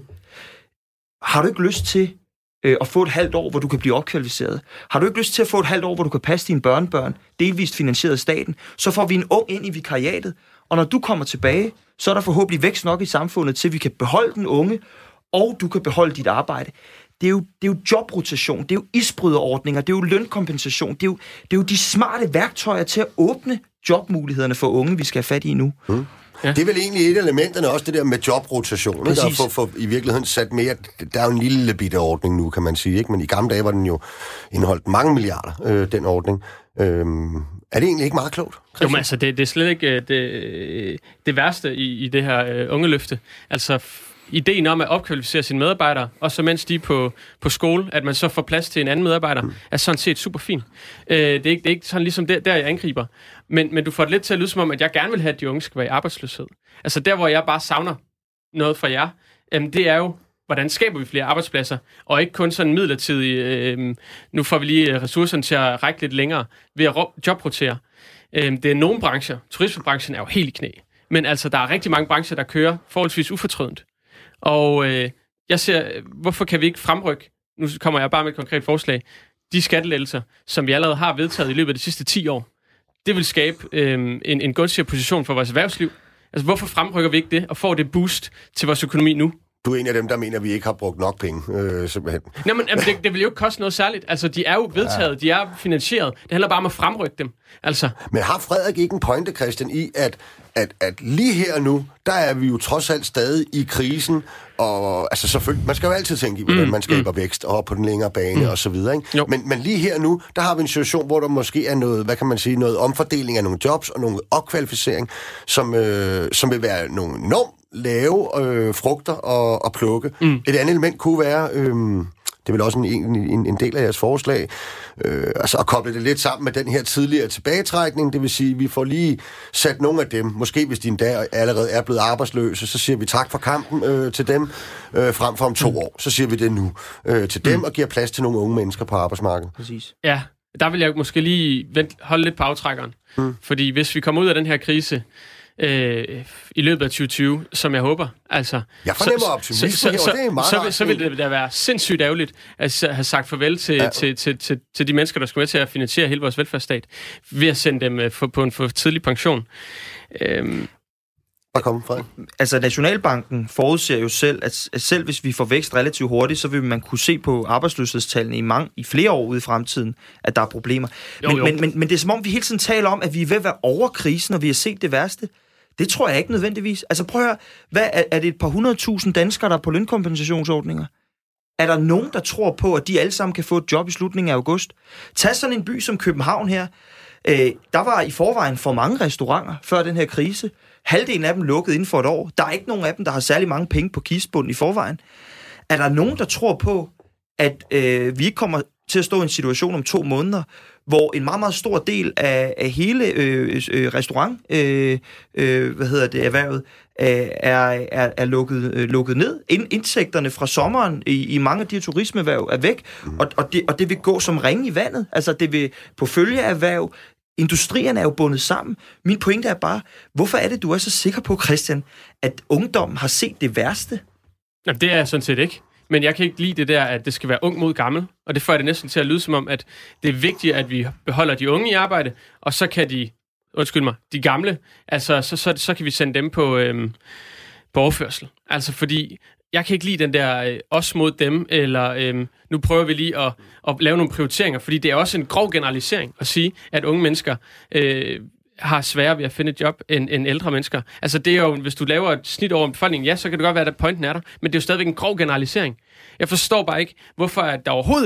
har du ikke lyst til at få et halvt år, hvor du kan blive opkvalificeret? Har du ikke lyst til at få et halvt år, hvor du kan passe dine børnebørn, delvist finansieret af staten? Så får vi en ung ind i vikariatet, og når du kommer tilbage, så er der forhåbentlig vækst nok i samfundet til, at vi kan beholde den unge, og du kan beholde dit arbejde. Det er jo jobrotation, det er jo isbryderordninger, det er jo lønkompensation, det er jo de smarte værktøjer til at åbne jobmulighederne for unge, vi skal have fat i nu. Ja. Det er vel egentlig et af elementerne også, det der med jobrotation. Der er for i virkeligheden sat mere. Der er jo en lille bitte ordning nu, kan man sige, ikke? Men i gamle dage var den jo indeholdt mange milliarder, den ordning. Er det egentlig ikke meget klogt? Jo, men altså, det er slet ikke det værste i det her ungeløfte. Altså, ideen om at opkvalificere sine medarbejdere, og så mens de er på skole, at man så får plads til en anden medarbejder, er sådan set super fint. Det er ikke sådan ligesom der jeg angriber. Men du får det lidt til at lyde som om, at jeg gerne vil have, at de unge skal være i arbejdsløshed. Altså der, hvor jeg bare savner noget fra jer, det er jo, hvordan skaber vi flere arbejdspladser, og ikke kun sådan midlertidigt, nu får vi lige ressourcerne til at række lidt længere, ved at jobrotere. Det er nogle brancher, turismebranchen er jo helt i knæ, men altså der er rigtig mange brancher, der kører forholdsvis ufortrødent. Og jeg ser, hvorfor kan vi ikke fremrykke, nu kommer jeg bare med et konkret forslag, de skattelettelser, som vi allerede har vedtaget i løbet af de sidste 10 år, det vil skabe en gunstigere position for vores erhvervsliv. Altså hvorfor fremrykker vi ikke det, og får det boost til vores økonomi nu? Du er en af dem, der mener, at vi ikke har brugt nok penge, simpelthen. Nej, men det vil jo ikke koste noget særligt. Altså, de er jo vedtaget, de er finansieret. Det handler bare om at fremrykke dem. Altså. Men har Frederik ikke en pointe, Christian, i, at lige her nu, der er vi jo trods alt stadig i krisen, og altså selvfølgelig, man skal jo altid tænke i, hvordan man skaber vækst, og på den længere bane, og så videre, ikke? Men lige her nu, der har vi en situation, hvor der måske er noget, hvad kan man sige, noget omfordeling af nogle jobs, og nogle opkvalificering, som vil være nogle enormt lave frugter at plukke. Et andet element kunne være, det er vel også en del af jeres forslag, altså at koble det lidt sammen med den her tidligere tilbagetrækning, det vil sige, at vi får lige sat nogle af dem, måske hvis de en dag allerede er blevet arbejdsløse, så siger vi tak for kampen til dem, frem for om 2 år, så siger vi det nu til dem, og giver plads til nogle unge mennesker på arbejdsmarkedet. Præcis. Ja, der vil jeg måske lige holde lidt på aftrækkeren, fordi hvis vi kommer ud af den her krise, i løbet af 2020, som jeg håber. Altså, jeg fornemmer optimisme, så vil det da være sindssygt ærgerligt at have sagt farvel til de mennesker, der skal med til at finansiere hele vores velfærdsstat, ved at sende dem på en for tidlig pension. Altså, Nationalbanken forudser jo selv, at selv hvis vi får vækst relativt hurtigt, så vil man kunne se på arbejdsløshedstallene i flere år ude i fremtiden, at der er problemer. Men det er som om, vi hele tiden taler om, at vi er ved at være over krisen, og vi har set det værste. Det tror jeg ikke nødvendigvis. Altså prøv at høre, er det et par 100.000 danskere, der er på lønkompensationsordninger? Er der nogen, der tror på, at de alle sammen kan få et job i slutningen af august? Tag sådan en by som København her. Der var i forvejen for mange restauranter før den her krise. Halvdelen af dem lukkede inden for et år. Der er ikke nogen af dem, der har særlig mange penge på kistebunden i forvejen. Er der nogen, der tror på, at vi ikke kommer til at stå i en situation om 2 måneder, hvor en meget, meget stor del af hele erhvervet er lukket ned. Indtægterne fra sommeren i mange af de her turismeerhverv er væk, og det vil gå som ringe i vandet. Altså det vil på følgeerhverv. Industrierne er jo bundet sammen. Min pointe er bare, hvorfor er det, du er så sikker på, Christian, at ungdommen har set det værste? Jamen, det er jeg sådan set ikke. Men jeg kan ikke lide det der, at det skal være ung mod gammel. Og det får jeg det næsten til at lyde som om, at det er vigtigt, at vi beholder de unge i arbejde, og så kan de gamle, altså så kan vi sende dem på overførsel. Altså fordi, jeg kan ikke lide den der os mod dem, eller nu prøver vi lige at lave nogle prioriteringer, fordi det er også en grov generalisering at sige, at unge mennesker har sværere ved at finde et job end ældre mennesker. Altså det er jo, hvis du laver et snit over befolkningen, ja, så kan det godt være, at pointen er der, men det er jo stadigvæk en grov generalisering. Jeg forstår bare ikke, hvorfor at der overhovedet ikke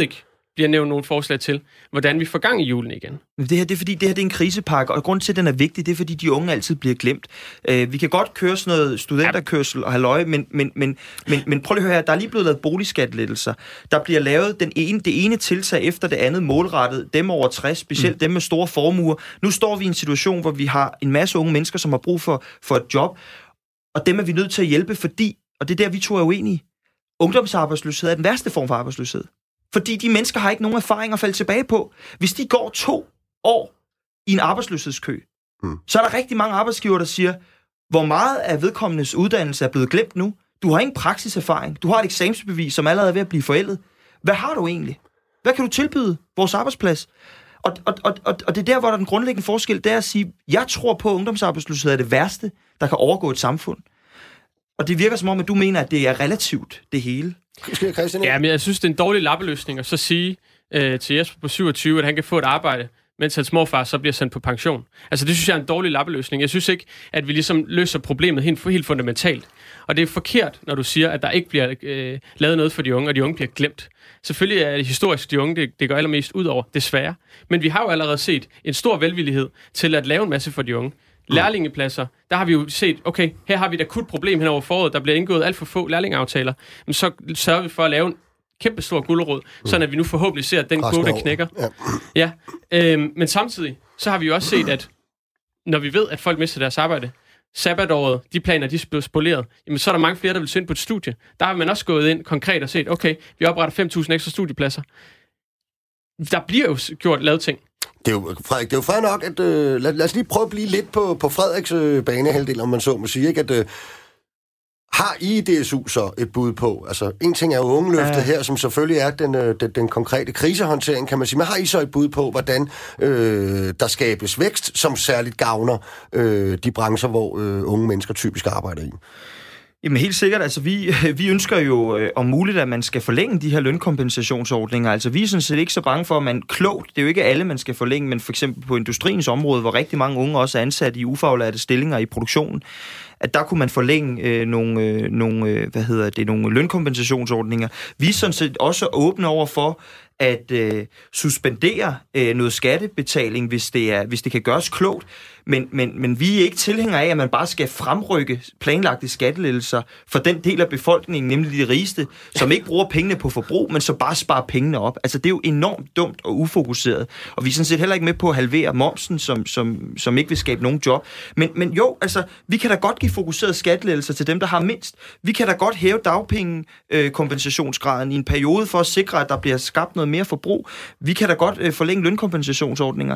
bliver nævnt nogle forslag til, hvordan vi får gang i julen igen. Men det er fordi, det her er en krisepakke, og grunden til, at den er vigtig, det er, fordi de unge altid bliver glemt. Vi kan godt køre sådan noget studenterkørsel og halløj, men prøv lige at høre her, der er lige blevet lavet boligskattelettelser. Der bliver lavet det ene tiltag efter det andet målrettet, dem over 60, specielt dem med store formuer. Nu står vi i en situation, hvor vi har en masse unge mennesker, som har brug for et job, og dem er vi nødt til at hjælpe, fordi, og det er der, vi to er uenige, ungdomsarbejdsløshed er den værste form for arbejdsløshed. Fordi de mennesker har ikke nogen erfaring at falde tilbage på. Hvis de går 2 år i en arbejdsløshedskø, så er der rigtig mange arbejdsgivere, der siger, hvor meget af vedkommendes uddannelse er blevet glemt nu. Du har ingen praksiserfaring. Du har et eksamensbevis, som allerede er ved at blive forældet. Hvad har du egentlig? Hvad kan du tilbyde vores arbejdsplads? Og det er der, hvor der er den grundlæggende forskel, det er at sige, jeg tror på, at ungdomsarbejdsløshed er det værste, der kan overgå et samfund. Og det virker som om, at du mener, at det er relativt, det hele. Ja, men jeg synes, det er en dårlig lappeløsning at så sige til Jesper på 27, at han kan få et arbejde, mens hans morfar så bliver sendt på pension. Altså, det synes jeg er en dårlig lappeløsning. Jeg synes ikke, at vi ligesom løser problemet helt fundamentalt. Og det er forkert, når du siger, at der ikke bliver lavet noget for de unge, og de unge bliver glemt. Selvfølgelig er det historisk, de unge, det går allermest ud over, desværre. Men vi har jo allerede set en stor velvillighed til at lave en masse for de unge. Lærlingepladser, der har vi jo set, okay, her har vi et akut problem hen over foråret, der bliver indgået alt for få lærlingeaftaler, men så sørger vi for at lave en kæmpe stor gulerod, sådan at vi nu forhåbentlig ser, at den kvote knækker. Ja. Men samtidig, så har vi jo også set, at når vi ved, at folk mister deres arbejde, sabbatåret, de planer, de er spoleret, jamen så er der mange flere, der vil søge ind på et studie. Der har man også gået ind konkret og set, okay, vi opretter 5.000 ekstra studiepladser. Der bliver jo lavet ting. Det er jo, Frederik, det er jo fair nok, at lad os lige prøve at blive lidt på Frederiks banehalvdel, om man så må sige, ikke? At har I DSU så et bud på? Altså, en ting er jo ungeløftet her, som selvfølgelig er den konkrete krisehåndtering, kan man sige. Men har I så et bud på, hvordan der skabes vækst, som særligt gavner de brancher, hvor unge mennesker typisk arbejder i? Jamen helt sikkert, altså vi ønsker jo om muligt, at man skal forlænge de her lønkompensationsordninger. Altså vi er sådan set ikke så bange for, at man klogt, det er jo ikke alle, man skal forlænge, men for eksempel på industriens område, hvor rigtig mange unge også er ansat i ufaglærte stillinger i produktionen, at der kunne man forlænge nogle lønkompensationsordninger. Vi er sådan set også åbne over for at suspendere noget skattebetaling, hvis det kan gøres klogt. Men vi er ikke tilhængere af, at man bare skal fremrykke planlagte skattelettelser for den del af befolkningen, nemlig de rigeste, som ikke bruger pengene på forbrug, men så bare sparer pengene op. Altså, det er jo enormt dumt og ufokuseret. Og vi er sådan set heller ikke med på at halvere momsen, som ikke vil skabe nogen job. Men jo, altså, vi kan da godt give fokuseret skattelettelser til dem, der har mindst. Vi kan da godt hæve dagpengekompensationsgraden i en periode for at sikre, at der bliver skabt noget mere forbrug. Vi kan da godt forlænge lønkompensationsordninger.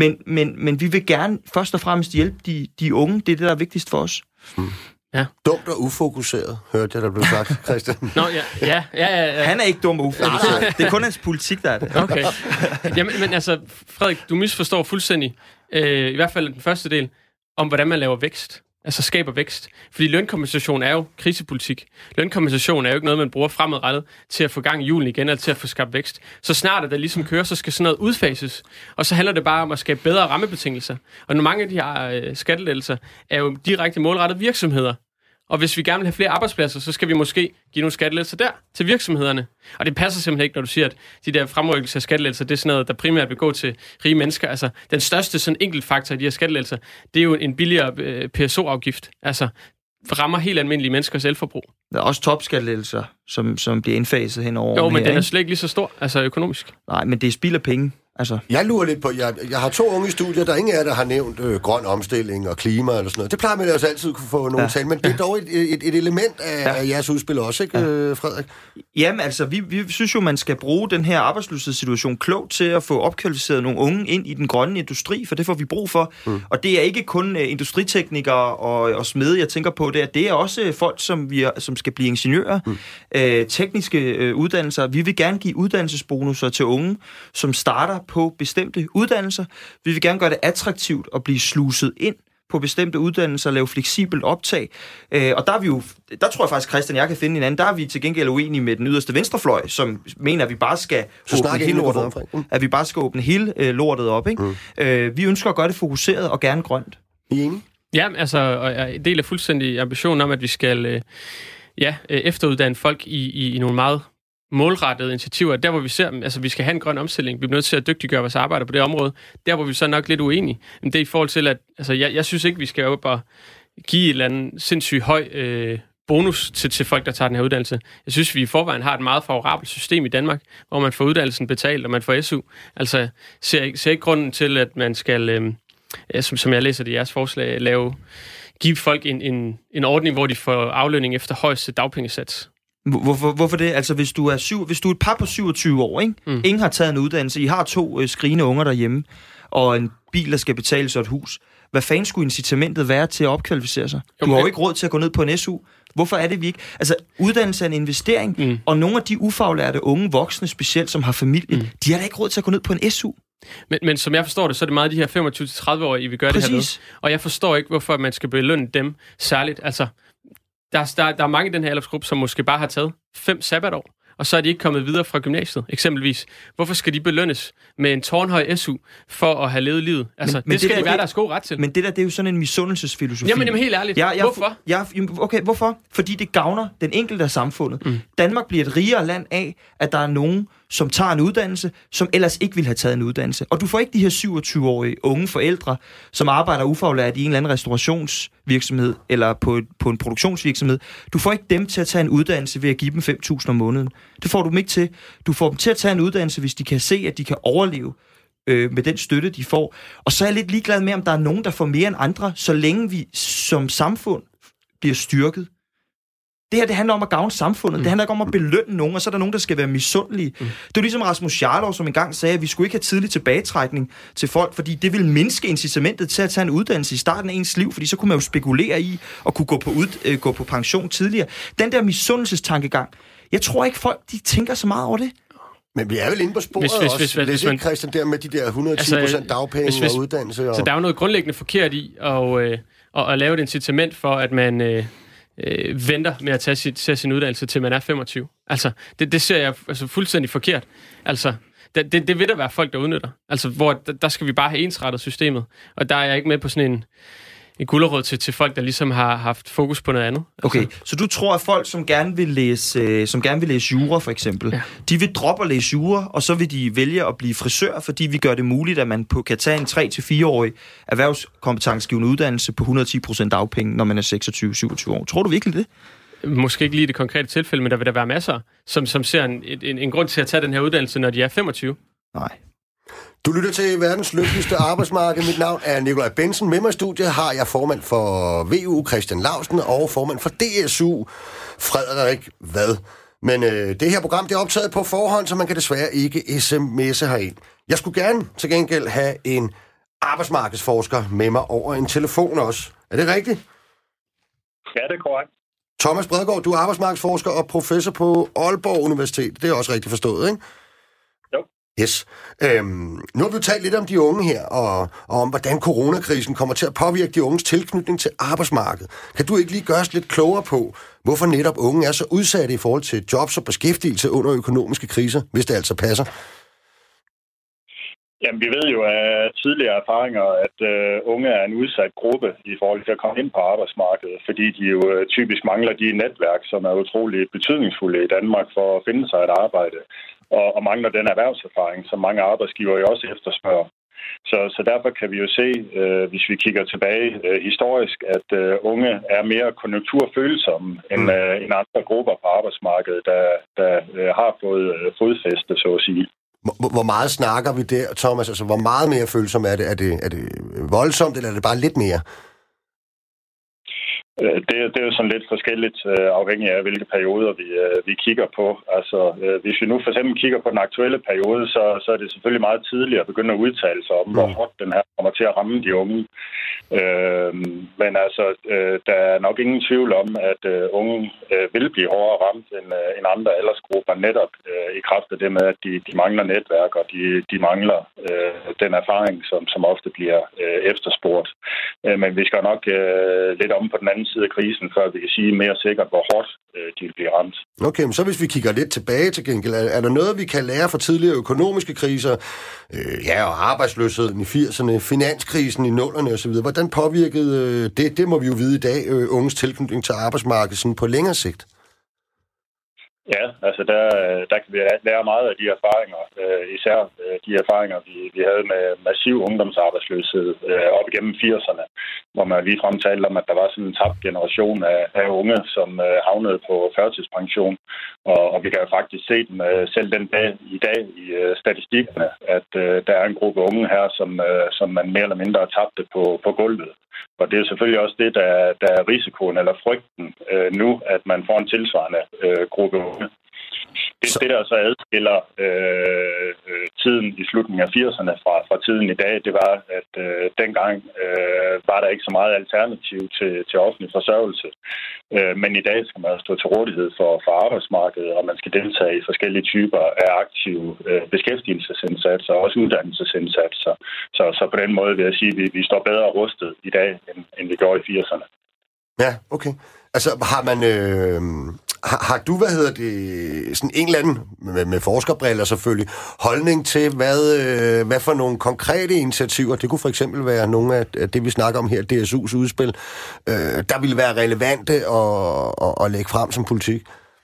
Men vi vil gerne først og fremmest hjælpe de unge. Det er det, der er vigtigst for os. Ja. Dumt og ufokuseret, hørte jeg, der blev sagt, Christian. Nå, ja. Han er ikke dum og ufokuseret. Det er kun hans politik, der er det. Okay. Jamen, men altså, Frederik, du misforstår fuldstændig, i hvert fald den første del, om hvordan man laver vækst. Altså skaber vækst. Fordi lønkompensation er jo krisepolitik. Lønkompensation er jo ikke noget, man bruger fremadrettet til at få gang i julen igen, eller til at få skabt vækst. Så snart at der ligesom kører, så skal sådan noget udfases. Og så handler det bare om at skabe bedre rammebetingelser. Og når mange af de her skattelettelser er jo direkte målrettet virksomheder. Og hvis vi gerne vil have flere arbejdspladser, så skal vi måske give nogle skattelettelser der til virksomhederne. Og det passer simpelthen ikke, når du siger, at de der fremrykkelser af skattelettelser, det er sådan noget, der primært vil gå til rige mennesker. Altså, den største sådan enkeltfaktor i de her skattelettelser, det er jo en billigere PSO-afgift. Altså, rammer helt almindelige menneskers elforbrug. Der er også topskattelettelser, som bliver indfaset hen over. Jo, men den er slet ikke lige så stor, altså økonomisk. Nej, men det er spild af penge. Altså. Jeg lurer lidt på, jeg har 2 unge i studiet, der er ingen af jer, der har nævnt grøn omstilling og klima eller sådan noget. Det plejer man altså altid kunne få nogen tale, men det er dog et element af jeres udspil også, ikke, Frederik? Jamen altså, vi synes jo, man skal bruge den her arbejdsløshedssituation klogt til at få opkvalificeret nogle unge ind i den grønne industri, for det får vi brug for. Og det er ikke kun industriteknikere og smede, jeg tænker på det er også folk, som skal blive ingeniører, tekniske uddannelser. Vi vil gerne give uddannelsesbonusser til unge, som starter på bestemte uddannelser. Vi vil gerne gøre det attraktivt at blive sluset ind på bestemte uddannelser, lave fleksibelt optag. Og der er vi jo, der tror jeg faktisk, Christian og jeg kan finde hinanden, der er vi til gengæld uenige med den yderste venstrefløj, som mener, at vi bare skal åbne hele lortet op. At vi bare skal åbne hele lortet op, ikke? Vi ønsker at gøre det fokuseret og gerne grønt. I enige? Ja, altså, og jeg deler fuldstændig ambitionen om, at vi skal efteruddanne folk i nogle meget målrettede initiativer, der hvor vi ser, altså vi skal have en grøn omstilling, vi bliver nødt til at dygtiggøre vores arbejde på det område, der hvor vi så er nok lidt uenige, men det er i forhold til, at altså, jeg synes ikke, vi skal op og give et eller andet sindssygt høj bonus til folk, der tager den her uddannelse. Jeg synes, vi i forvejen har et meget favorabelt system i Danmark, hvor man får uddannelsen betalt, og man får SU. Altså, ser ikke grunden til, at man skal, som jeg læser det i jeres forslag, give folk en ordning, hvor de får aflønning efter højeste dagpengesats. Hvorfor det? Altså, hvis du er et par på 27 år, ikke? Ingen har taget en uddannelse, I har 2 skrigende unger derhjemme, og en bil, der skal betales og et hus. Hvad fanden skulle incitamentet være til at opkvalificere sig? Du har jo ikke råd til at gå ned på en SU. Hvorfor er det, vi ikke? Altså, uddannelse er en investering, og nogle af de ufaglærte unge voksne, specielt som har familie, de har da ikke råd til at gå ned på en SU. Men som jeg forstår det, så er det meget de her 25-30-årige, I vil gøre det her med. Og jeg forstår ikke, hvorfor man skal belønne dem særligt. Altså, der er mange i den her aldersgruppe, som måske bare har taget 5 sabbatår, og så er de ikke kommet videre fra gymnasiet, eksempelvis. Hvorfor skal de belønnes med en tårnhøj SU for at have levet livet? Altså, men det skal de være deres gode ret til. Men det der, det er jo sådan en misundelsesfilosofi. Jamen helt ærligt. Hvorfor? Okay, hvorfor? Fordi det gavner den enkelte af samfundet. Danmark bliver et rigere land af, at der er nogen, som tager en uddannelse, som ellers ikke ville have taget en uddannelse. Og du får ikke de her 27-årige unge forældre, som arbejder ufaglært i en eller anden restaurationsvirksomhed eller på en produktionsvirksomhed. Du får ikke dem til at tage en uddannelse ved at give dem 5.000 om måneden. Det får du dem ikke til. Du får dem til at tage en uddannelse, hvis de kan se, at de kan overleve med den støtte, de får. Og så er jeg lidt ligeglad med, om der er nogen, der får mere end andre, så længe vi som samfund bliver styrket. Det her, det handler om at gavne samfundet. Det handler ikke om at belønne nogen, og så er der nogen, der skal være misundelige. Det er jo ligesom Rasmus Jarlov, som engang sagde, at vi skulle ikke have tidlig tilbagetrækning til folk, fordi det vil mindske incitamentet til at tage en uddannelse i starten af ens liv, fordi så kunne man jo spekulere i at kunne gå på pension tidligere. Den der misundelsestankegang, jeg tror ikke folk, de tænker så meget over det. Men vi er vel inde på sporet hvis man, Christian, der med de der 110% dagpenge og uddannelse. Og... Så der er jo noget grundlæggende forkert i at lave et incitament for, at man venter med at tage sin uddannelse, til man er 25. Altså, det ser jeg altså fuldstændig forkert. Altså, det vil der være folk, der udnytter. Altså, hvor der skal vi bare have ensrettet systemet. Og der er jeg ikke med på sådan en gulerod til folk, der ligesom har haft fokus på noget andet. Okay, altså. Så du tror, at folk, som gerne vil læse jura, for eksempel, de vil droppe at læse jura, og så vil de vælge at blive frisør, fordi vi gør det muligt, at man kan tage en 3-4-årig erhvervskompetencegivende uddannelse på 110% dagpenge, når man er 26-27 år. Tror du virkelig det? Måske ikke lige i det konkrete tilfælde, men der vil der være masser, som ser en grund til at tage den her uddannelse, når de er 25. Nej. Du lytter til verdens lykkeligste arbejdsmarked. Mit navn er Nikolaj Bensen. Med mig i studiet har jeg formand for VU, Christian Lausten, og formand for DSU, Frederik Vad. Men det her program det er optaget på forhånd, så man kan desværre ikke sms'e herind. Jeg skulle gerne til gengæld have en arbejdsmarkedsforsker med mig over en telefon også. Er det rigtigt? Ja, det er korrekt. Thomas Bredgaard, du er arbejdsmarkedsforsker og professor på Aalborg Universitet. Det er også rigtigt forstået, ikke? Yes. Nu har vi jo talt lidt om de unge her, og om hvordan coronakrisen kommer til at påvirke de unges tilknytning til arbejdsmarkedet. Kan du ikke lige gøre os lidt klogere på, hvorfor netop unge er så udsatte i forhold til jobs og beskæftigelse under økonomiske kriser, hvis det altså passer? Jamen, vi ved jo af tidligere erfaringer, at unge er en udsat gruppe i forhold til at komme ind på arbejdsmarkedet, fordi de jo typisk mangler de netværk, som er utrolig betydningsfulde i Danmark for at finde sig et arbejde, og mangler den erhvervserfaring, som mange arbejdsgivere jo også efterspørger. Så derfor kan vi jo se, hvis vi kigger tilbage historisk, at unge er mere konjunkturfølsomme end andre grupper på arbejdsmarkedet, der har fået fodfæste, så at sige. Hvor meget snakker vi der, Thomas? Altså, hvor meget mere følsom er det? Er det voldsomt, eller er det bare lidt mere? Det er jo sådan lidt forskelligt afhængig af, hvilke perioder vi kigger på. Altså, hvis vi nu for eksempel kigger på den aktuelle periode, så er det selvfølgelig meget tidligt at begynde at udtale sig om, hvor hårdt den her kommer til at ramme de unge. Men altså, der er nok ingen tvivl om, at unge vil blive hårdere ramt end andre aldersgrupper, netop i kraft af det med, at de mangler netværk, og de mangler den erfaring, som ofte bliver efterspurgt. Men vi skal nok lidt om på den anden side af krisen, før vi kan sige mere sikkert, hvor hårdt de vil blive ramt. Okay, men så hvis vi kigger lidt tilbage til gengæld, er der noget, vi kan lære fra tidligere økonomiske kriser, og arbejdsløsheden i 80'erne, finanskrisen i 00'erne osv.? Hvordan påvirkede det må vi jo vide i dag, unges tilknytning til arbejdsmarkedet sådan på længere sigt? Ja, altså der kan vi lære meget af de erfaringer, især de erfaringer, vi havde med massiv ungdomsarbejdsløshed op igennem 80'erne, hvor man lige fremtalte om, at der var sådan en tabt generation af unge, som havnede på førtidspension. Og vi kan jo faktisk se dem selv den dag i dag i statistikkerne, at der er en gruppe unge her, som man mere eller mindre tabte på gulvet. Og det er selvfølgelig også det, der er risikoen eller frygten nu, at man får en tilsvarende gruppe unge. Det, der så adskiller tiden i slutningen af 80'erne fra tiden i dag, det var, at dengang var der ikke så meget alternativ til offentlig forsørgelse. Men i dag skal man stå til rådighed for arbejdsmarkedet, og man skal deltage i forskellige typer af aktive beskæftigelsesindsatser og også uddannelsesindsatser. Så på den måde vil jeg sige, at vi står bedre rustet i dag, end vi gjorde i 80'erne. Ja, okay. Altså, har man... Har du, sådan en eller anden, med forskerbriller selvfølgelig, holdning til, hvad for nogle konkrete initiativer, det kunne for eksempel være nogle af det, vi snakker om her, DSU's udspil, der ville være relevante at lægge frem som politik?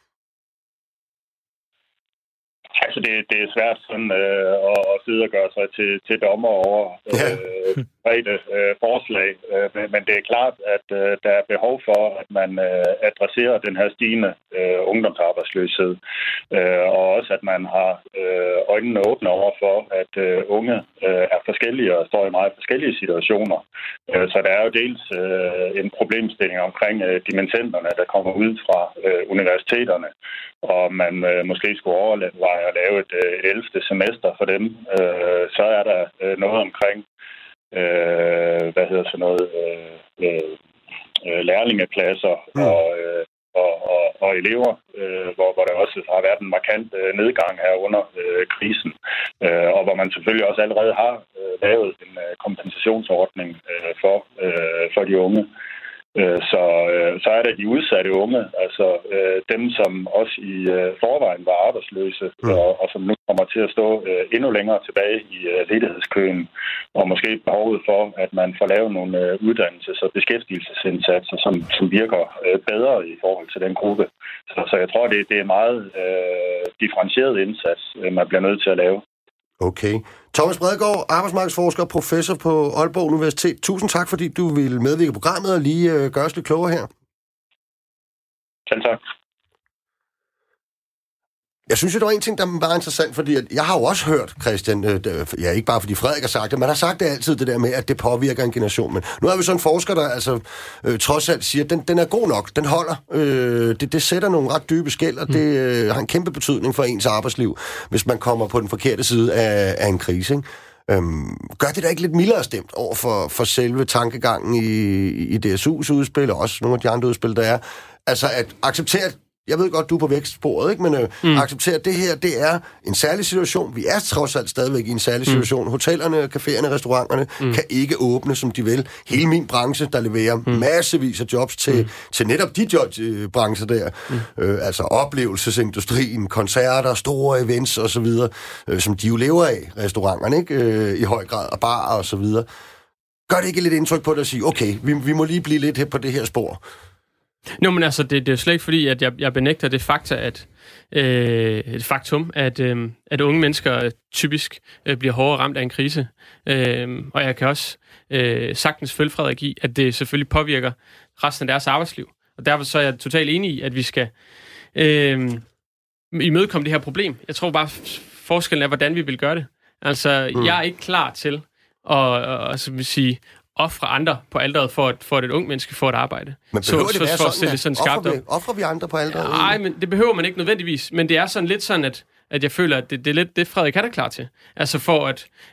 Altså, det er svært sådan at sidde og gøre sig til dommer over brede forslag, men det er klart, at der er behov for, at man adresserer den her stigende ungdomsarbejdsløshed, og også, at man har øjnene åbne over for, at unge er forskellige og står i meget forskellige situationer. Så der er jo dels en problemstilling omkring dimittenterne, der kommer ud fra universiteterne, og man måske skulle overveje at lave et 11. semester for dem. Så er der noget omkring lærlingepladser og elever, hvor der også har været en markant nedgang her under krisen, og hvor man selvfølgelig også allerede har lavet en kompensationsordning for de unge. Så er der de udsatte unge, altså dem, som også i forvejen var arbejdsløse, og som nu kommer til at stå endnu længere tilbage i ledighedskøen, og måske behovet for, at man får lavet nogle uddannelses- og beskæftigelsesindsatser, som virker bedre i forhold til den gruppe. Så jeg tror, det er meget differentieret indsats, man bliver nødt til at lave. Okay. Thomas Bredegaard, arbejdsmarkedsforsker, professor på Aalborg Universitet. Tusind tak, fordi du ville medvirke i programmet og lige gøre os lidt klogere her. Selv tak. Jeg synes, det var en ting, der var interessant, fordi jeg har jo også hørt, Christian, ikke bare fordi Frederik har sagt det, man har sagt det altid, det der med, at det påvirker en generation. Men nu har vi sådan en forsker, der altså trods alt siger, at den er god nok, den holder. Det sætter nogle ret dybe skel, og det har en kæmpe betydning for ens arbejdsliv, hvis man kommer på den forkerte side af en krise, ikke? Gør det da ikke lidt mildere stemt over for selve tankegangen i DSU's udspil, og også nogle af de andre udspil, der er? Altså at acceptere, jeg ved godt, du er på vækstsporet, ikke? Men acceptere, at det her, det er en særlig situation. Vi er trods alt stadigvæk i en særlig situation. Hotellerne, caféerne, restauranterne kan ikke åbne, som de vil. Hele min branche, der leverer massevis af jobs til netop de brancher der. Altså oplevelsesindustrien, koncerter, store events osv., som de jo lever af, restauranterne, ikke? I høj grad, og barer og så videre. Gør det ikke lidt indtryk på det at sige, okay, vi må lige blive lidt her på det her spor? Nå, men altså, det er slet ikke fordi, at jeg benægter det faktum, at unge mennesker typisk bliver hårdere ramt af en krise. Og jeg kan også sagtens følge Frederik i, at det selvfølgelig påvirker resten af deres arbejdsliv. Og derfor så er jeg totalt enig i, at vi skal imødekomme det her problem. Jeg tror bare, forskellen er, hvordan vi vil gøre det. Altså, jeg er ikke klar til at ofre andre på alderet for at et ung menneske får et arbejde. Men behøver det være sådan, offrer vi andre på alderet? Nej, men det behøver man ikke nødvendigvis. Men det er sådan lidt sådan, at jeg føler, at det er lidt det, Frederik er der klar til. Altså for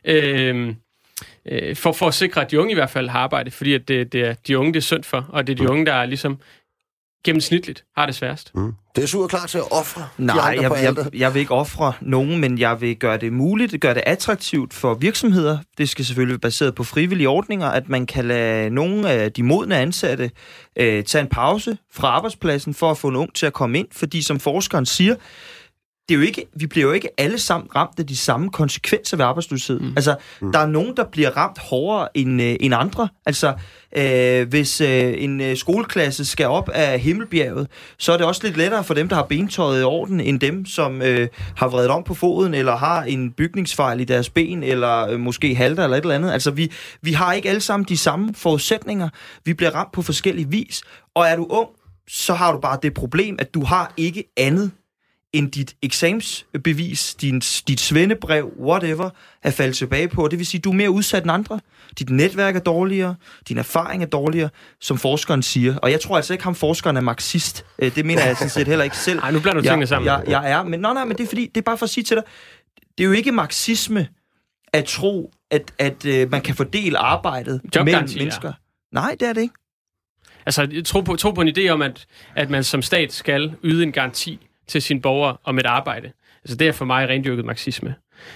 at sikre, at de unge i hvert fald har arbejde, fordi at det er de unge, det er synd for, og det er de unge, der er ligesom gennemsnitligt har det sværest. Det er super klar til at ofre. Nej, jeg vil ikke ofre nogen, men jeg vil gøre det muligt, gøre det attraktivt for virksomheder. Det skal selvfølgelig være baseret på frivillige ordninger, at man kan lade nogle af de modne ansatte tage en pause fra arbejdspladsen for at få en ung til at komme ind, fordi som forskeren siger, vi bliver jo ikke alle sammen ramt af de samme konsekvenser ved arbejdsløshed. Altså, der er nogen, der bliver ramt hårdere end andre. Altså, hvis en skoleklasse skal op af Himmelbjerget, så er det også lidt lettere for dem, der har bentøjet i orden, end dem, som har vredet om på foden, eller har en bygningsfejl i deres ben, eller måske halter, eller et eller andet. Altså, vi har ikke alle sammen de samme forudsætninger. Vi bliver ramt på forskellig vis. Og er du ung, så har du bare det problem, at du har ikke andet end dit eksamensbevis, dit svendebrev, whatever, at falde tilbage på. Det vil sige, at du er mere udsat end andre. Dit netværk er dårligere, din erfaring er dårligere, som forskeren siger. Og jeg tror altså ikke, ham forskeren er marxist. Det mener jeg sådan set heller ikke selv. Nej, nu blander du tingene sammen. Jeg er, men nej, men det er fordi, det er bare for at sige til dig, det er jo ikke marxisme at tro, at man kan fordele arbejdet mellem mennesker. Nej, det er det ikke. Altså, tro på en idé om, at man som stat skal yde en garanti til sine borgere om et arbejde. Altså, det er for mig rendyrket marxisme.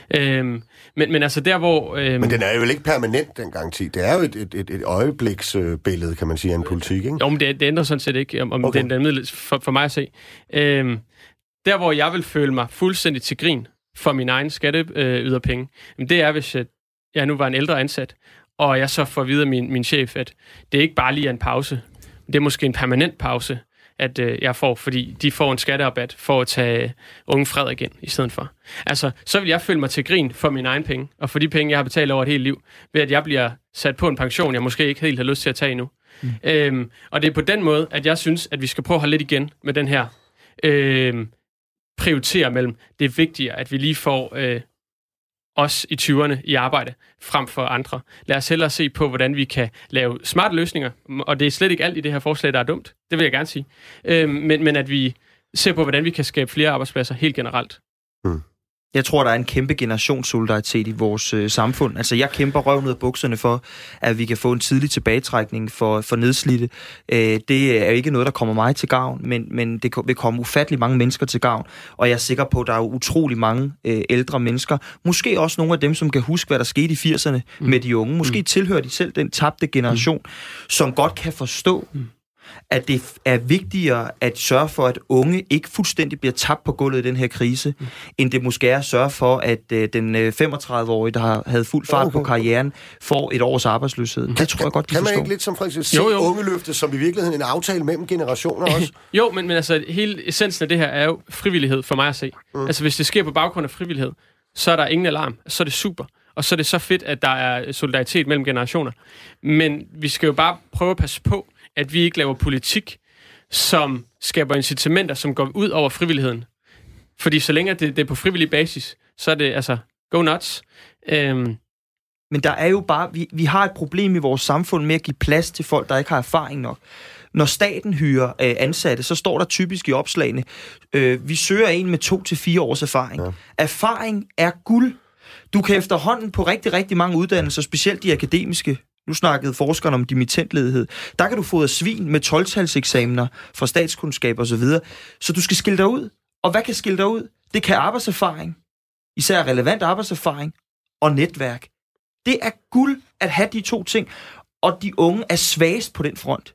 Men altså der, hvor... Men den er jo ikke permanent, den garanti. Det er jo et øjebliksbillede, kan man sige, af en politik, ikke? Jo, men det ændrer sådan set ikke, om okay. Den er for mig at se. Der, hvor jeg vil føle mig fuldstændig til grin for min egen skatteyderpenge, det er, hvis jeg nu var en ældre ansat, og jeg så får at vide af min chef, at det ikke bare lige er en pause. Det er måske en permanent pause, at jeg får, fordi de får en skatterabat for at tage unge Frederik ind i stedet for. Altså, så vil jeg føle mig til grin for mine egne penge, og for de penge, jeg har betalt over et helt liv, ved at jeg bliver sat på en pension, jeg måske ikke helt har lyst til at tage endnu. Og det er på den måde, at jeg synes, at vi skal prøve at holde lidt igen med den her prioritere mellem det er vigtigere, at vi lige får os i 20'erne i arbejde, frem for andre. Lad os hellere se på, hvordan vi kan lave smarte løsninger, og det er slet ikke alt i det her forslag, der er dumt. Det vil jeg gerne sige. Men at vi ser på, hvordan vi kan skabe flere arbejdspladser helt generelt. Jeg tror, der er en kæmpe generationssolidaritet i vores samfund. Altså, jeg kæmper røven ud af bukserne for, at vi kan få en tidlig tilbagetrækning for nedslidte. Det er jo ikke noget, der kommer mig til gavn, men det vil komme ufattelig mange mennesker til gavn. Og jeg er sikker på, at der er utrolig mange ældre mennesker. Måske også nogle af dem, som kan huske, hvad der skete i 80'erne med de unge. Måske tilhører de selv den tabte generation, som godt kan forstå, at det er vigtigere at sørge for, at unge ikke fuldstændig bliver tabt på gulvet i den her krise, end det måske er at sørge for, at den 35-årige, der havde fuld fart på karrieren, får et års arbejdsløshed. Det tror jeg godt, de forstår. Kan man ikke lidt som faktisk se ungeløftet som i virkeligheden en aftale mellem generationer også? Jo, men altså hele essensen af det her er jo frivillighed for mig at se. Altså hvis det sker på baggrund af frivillighed, så er der ingen alarm. Så er det super. Og så er det så fedt, at der er solidaritet mellem generationer. Men vi skal jo bare prøve at passe på, at vi ikke laver politik, som skaber incitamenter, som går ud over frivilligheden. Fordi så længe det er på frivillig basis, så er det altså go nuts. Men der er jo bare, vi har et problem i vores samfund med at give plads til folk, der ikke har erfaring nok. Når staten hyrer ansatte, så står der typisk i opslagene, vi søger en med 2 til 4 års erfaring. Ja. Erfaring er guld. Du kan efterhånden på rigtig, rigtig mange uddannelser, specielt de akademiske, nu snakkede forskerne om dimittentledighed, der kan du få svin med 12-talseksamener fra statskundskab og så videre. Så du skal skille dig ud. Og hvad kan skille dig ud? Det kan arbejdserfaring, især relevant arbejdserfaring og netværk. Det er guld at have de 2 ting, og de unge er svagest på den front.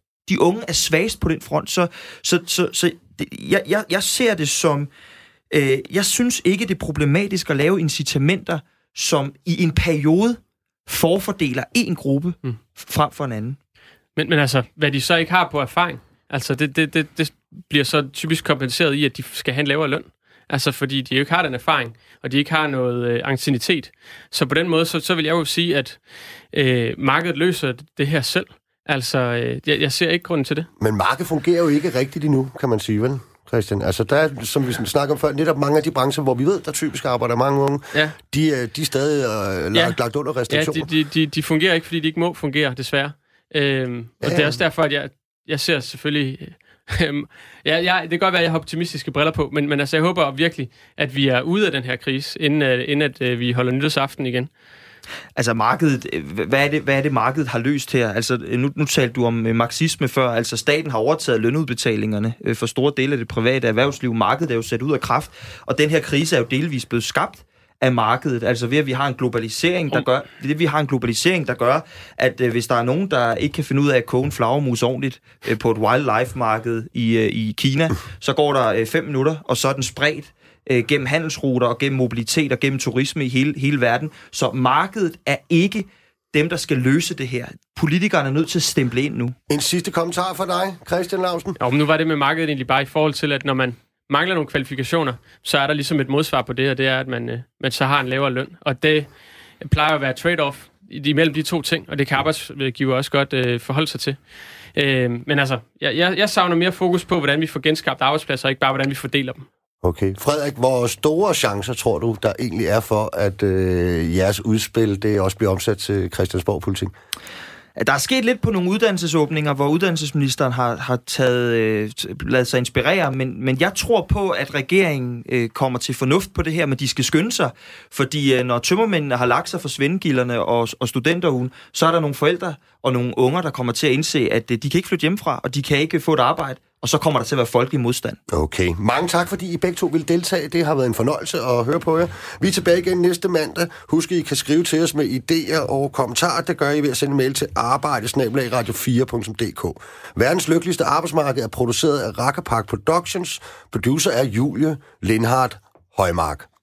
Så jeg ser det som, jeg synes ikke, det er problematisk at lave incitamenter, som i en periode forfordeler en gruppe frem for en anden. Men altså, hvad de så ikke har på erfaring, altså det bliver så typisk kompenseret i, at de skal have en lavere løn. Altså, fordi de jo ikke har den erfaring, og de ikke har noget anciennitet. Så på den måde, så vil jeg jo sige, at markedet løser det her selv. Altså, jeg ser ikke grunden til det. Men markedet fungerer jo ikke rigtigt endnu, kan man sige, vel, Christian? Altså, der er, som vi snakker om før, netop mange af de brancher, hvor vi ved, der typisk arbejder mange unge, de er stadig lagt under restriktioner. Ja, de fungerer ikke, fordi de ikke må fungere, desværre. Og det er også derfor, at jeg ser selvfølgelig... det kan godt være, at jeg har optimistiske briller på, men altså, jeg håber virkelig, at vi er ude af den her krise, inden at vi holder nytårsaften igen. Altså markedet, hvad er det markedet har løst her? Altså nu talte du om marxisme før, altså staten har overtaget lønudbetalingerne for store dele af det private erhvervsliv. Markedet er jo sat ud af kraft, og den her krise er jo delvis blevet skabt af markedet, altså ved at vi har en globalisering, der gør, at hvis der er nogen, der ikke kan finde ud af at koge en flagermus ordentligt på et wildlife-marked i Kina, så går der 5 minutter, og så er den spredt gennem handelsruter og gennem mobilitet og gennem turisme i hele verden. Så markedet er ikke dem, der skal løse det her. Politikerne er nødt til at stemple ind nu. En sidste kommentar fra dig, Christian Lausen. Jo, men nu var det med markedet egentlig bare i forhold til, at når man mangler nogle kvalifikationer, så er der ligesom et modsvar på det, og det er, at man så har en lavere løn. Og det plejer at være trade-off imellem de to ting, og det kan arbejdsgiver også godt forholde sig til. Men altså, jeg savner mere fokus på, hvordan vi får genskabt arbejdspladser, og ikke bare, hvordan vi fordeler dem. Okay. Frederik, hvor store chancer tror du, der egentlig er for, at jeres udspil det også bliver omsat til Christiansborg-politik? Der er sket lidt på nogle uddannelsesåbninger, hvor uddannelsesministeren har ladet sig inspirere, men jeg tror på, at regeringen kommer til fornuft på det her, men de skal skynde sig, fordi når tømmermændene har lagt sig for svendegilderne og studenterhugen, så er der nogle forældre og nogle unger, der kommer til at indse, at de kan ikke flytte hjemmefra, og de kan ikke få et arbejde, og så kommer der til at være folkelig modstand. Okay. Mange tak, fordi I begge to vil deltage. Det har været en fornøjelse at høre på jer. Vi er tilbage igen næste mandag. Husk, I kan skrive til os med idéer og kommentarer. Det gør I ved at sende mail til arbejde@radio4.dk. Verdens lykkeligste arbejdsmarked er produceret af Rakkerpark Productions. Producer er Julie Lindhardt Højmark.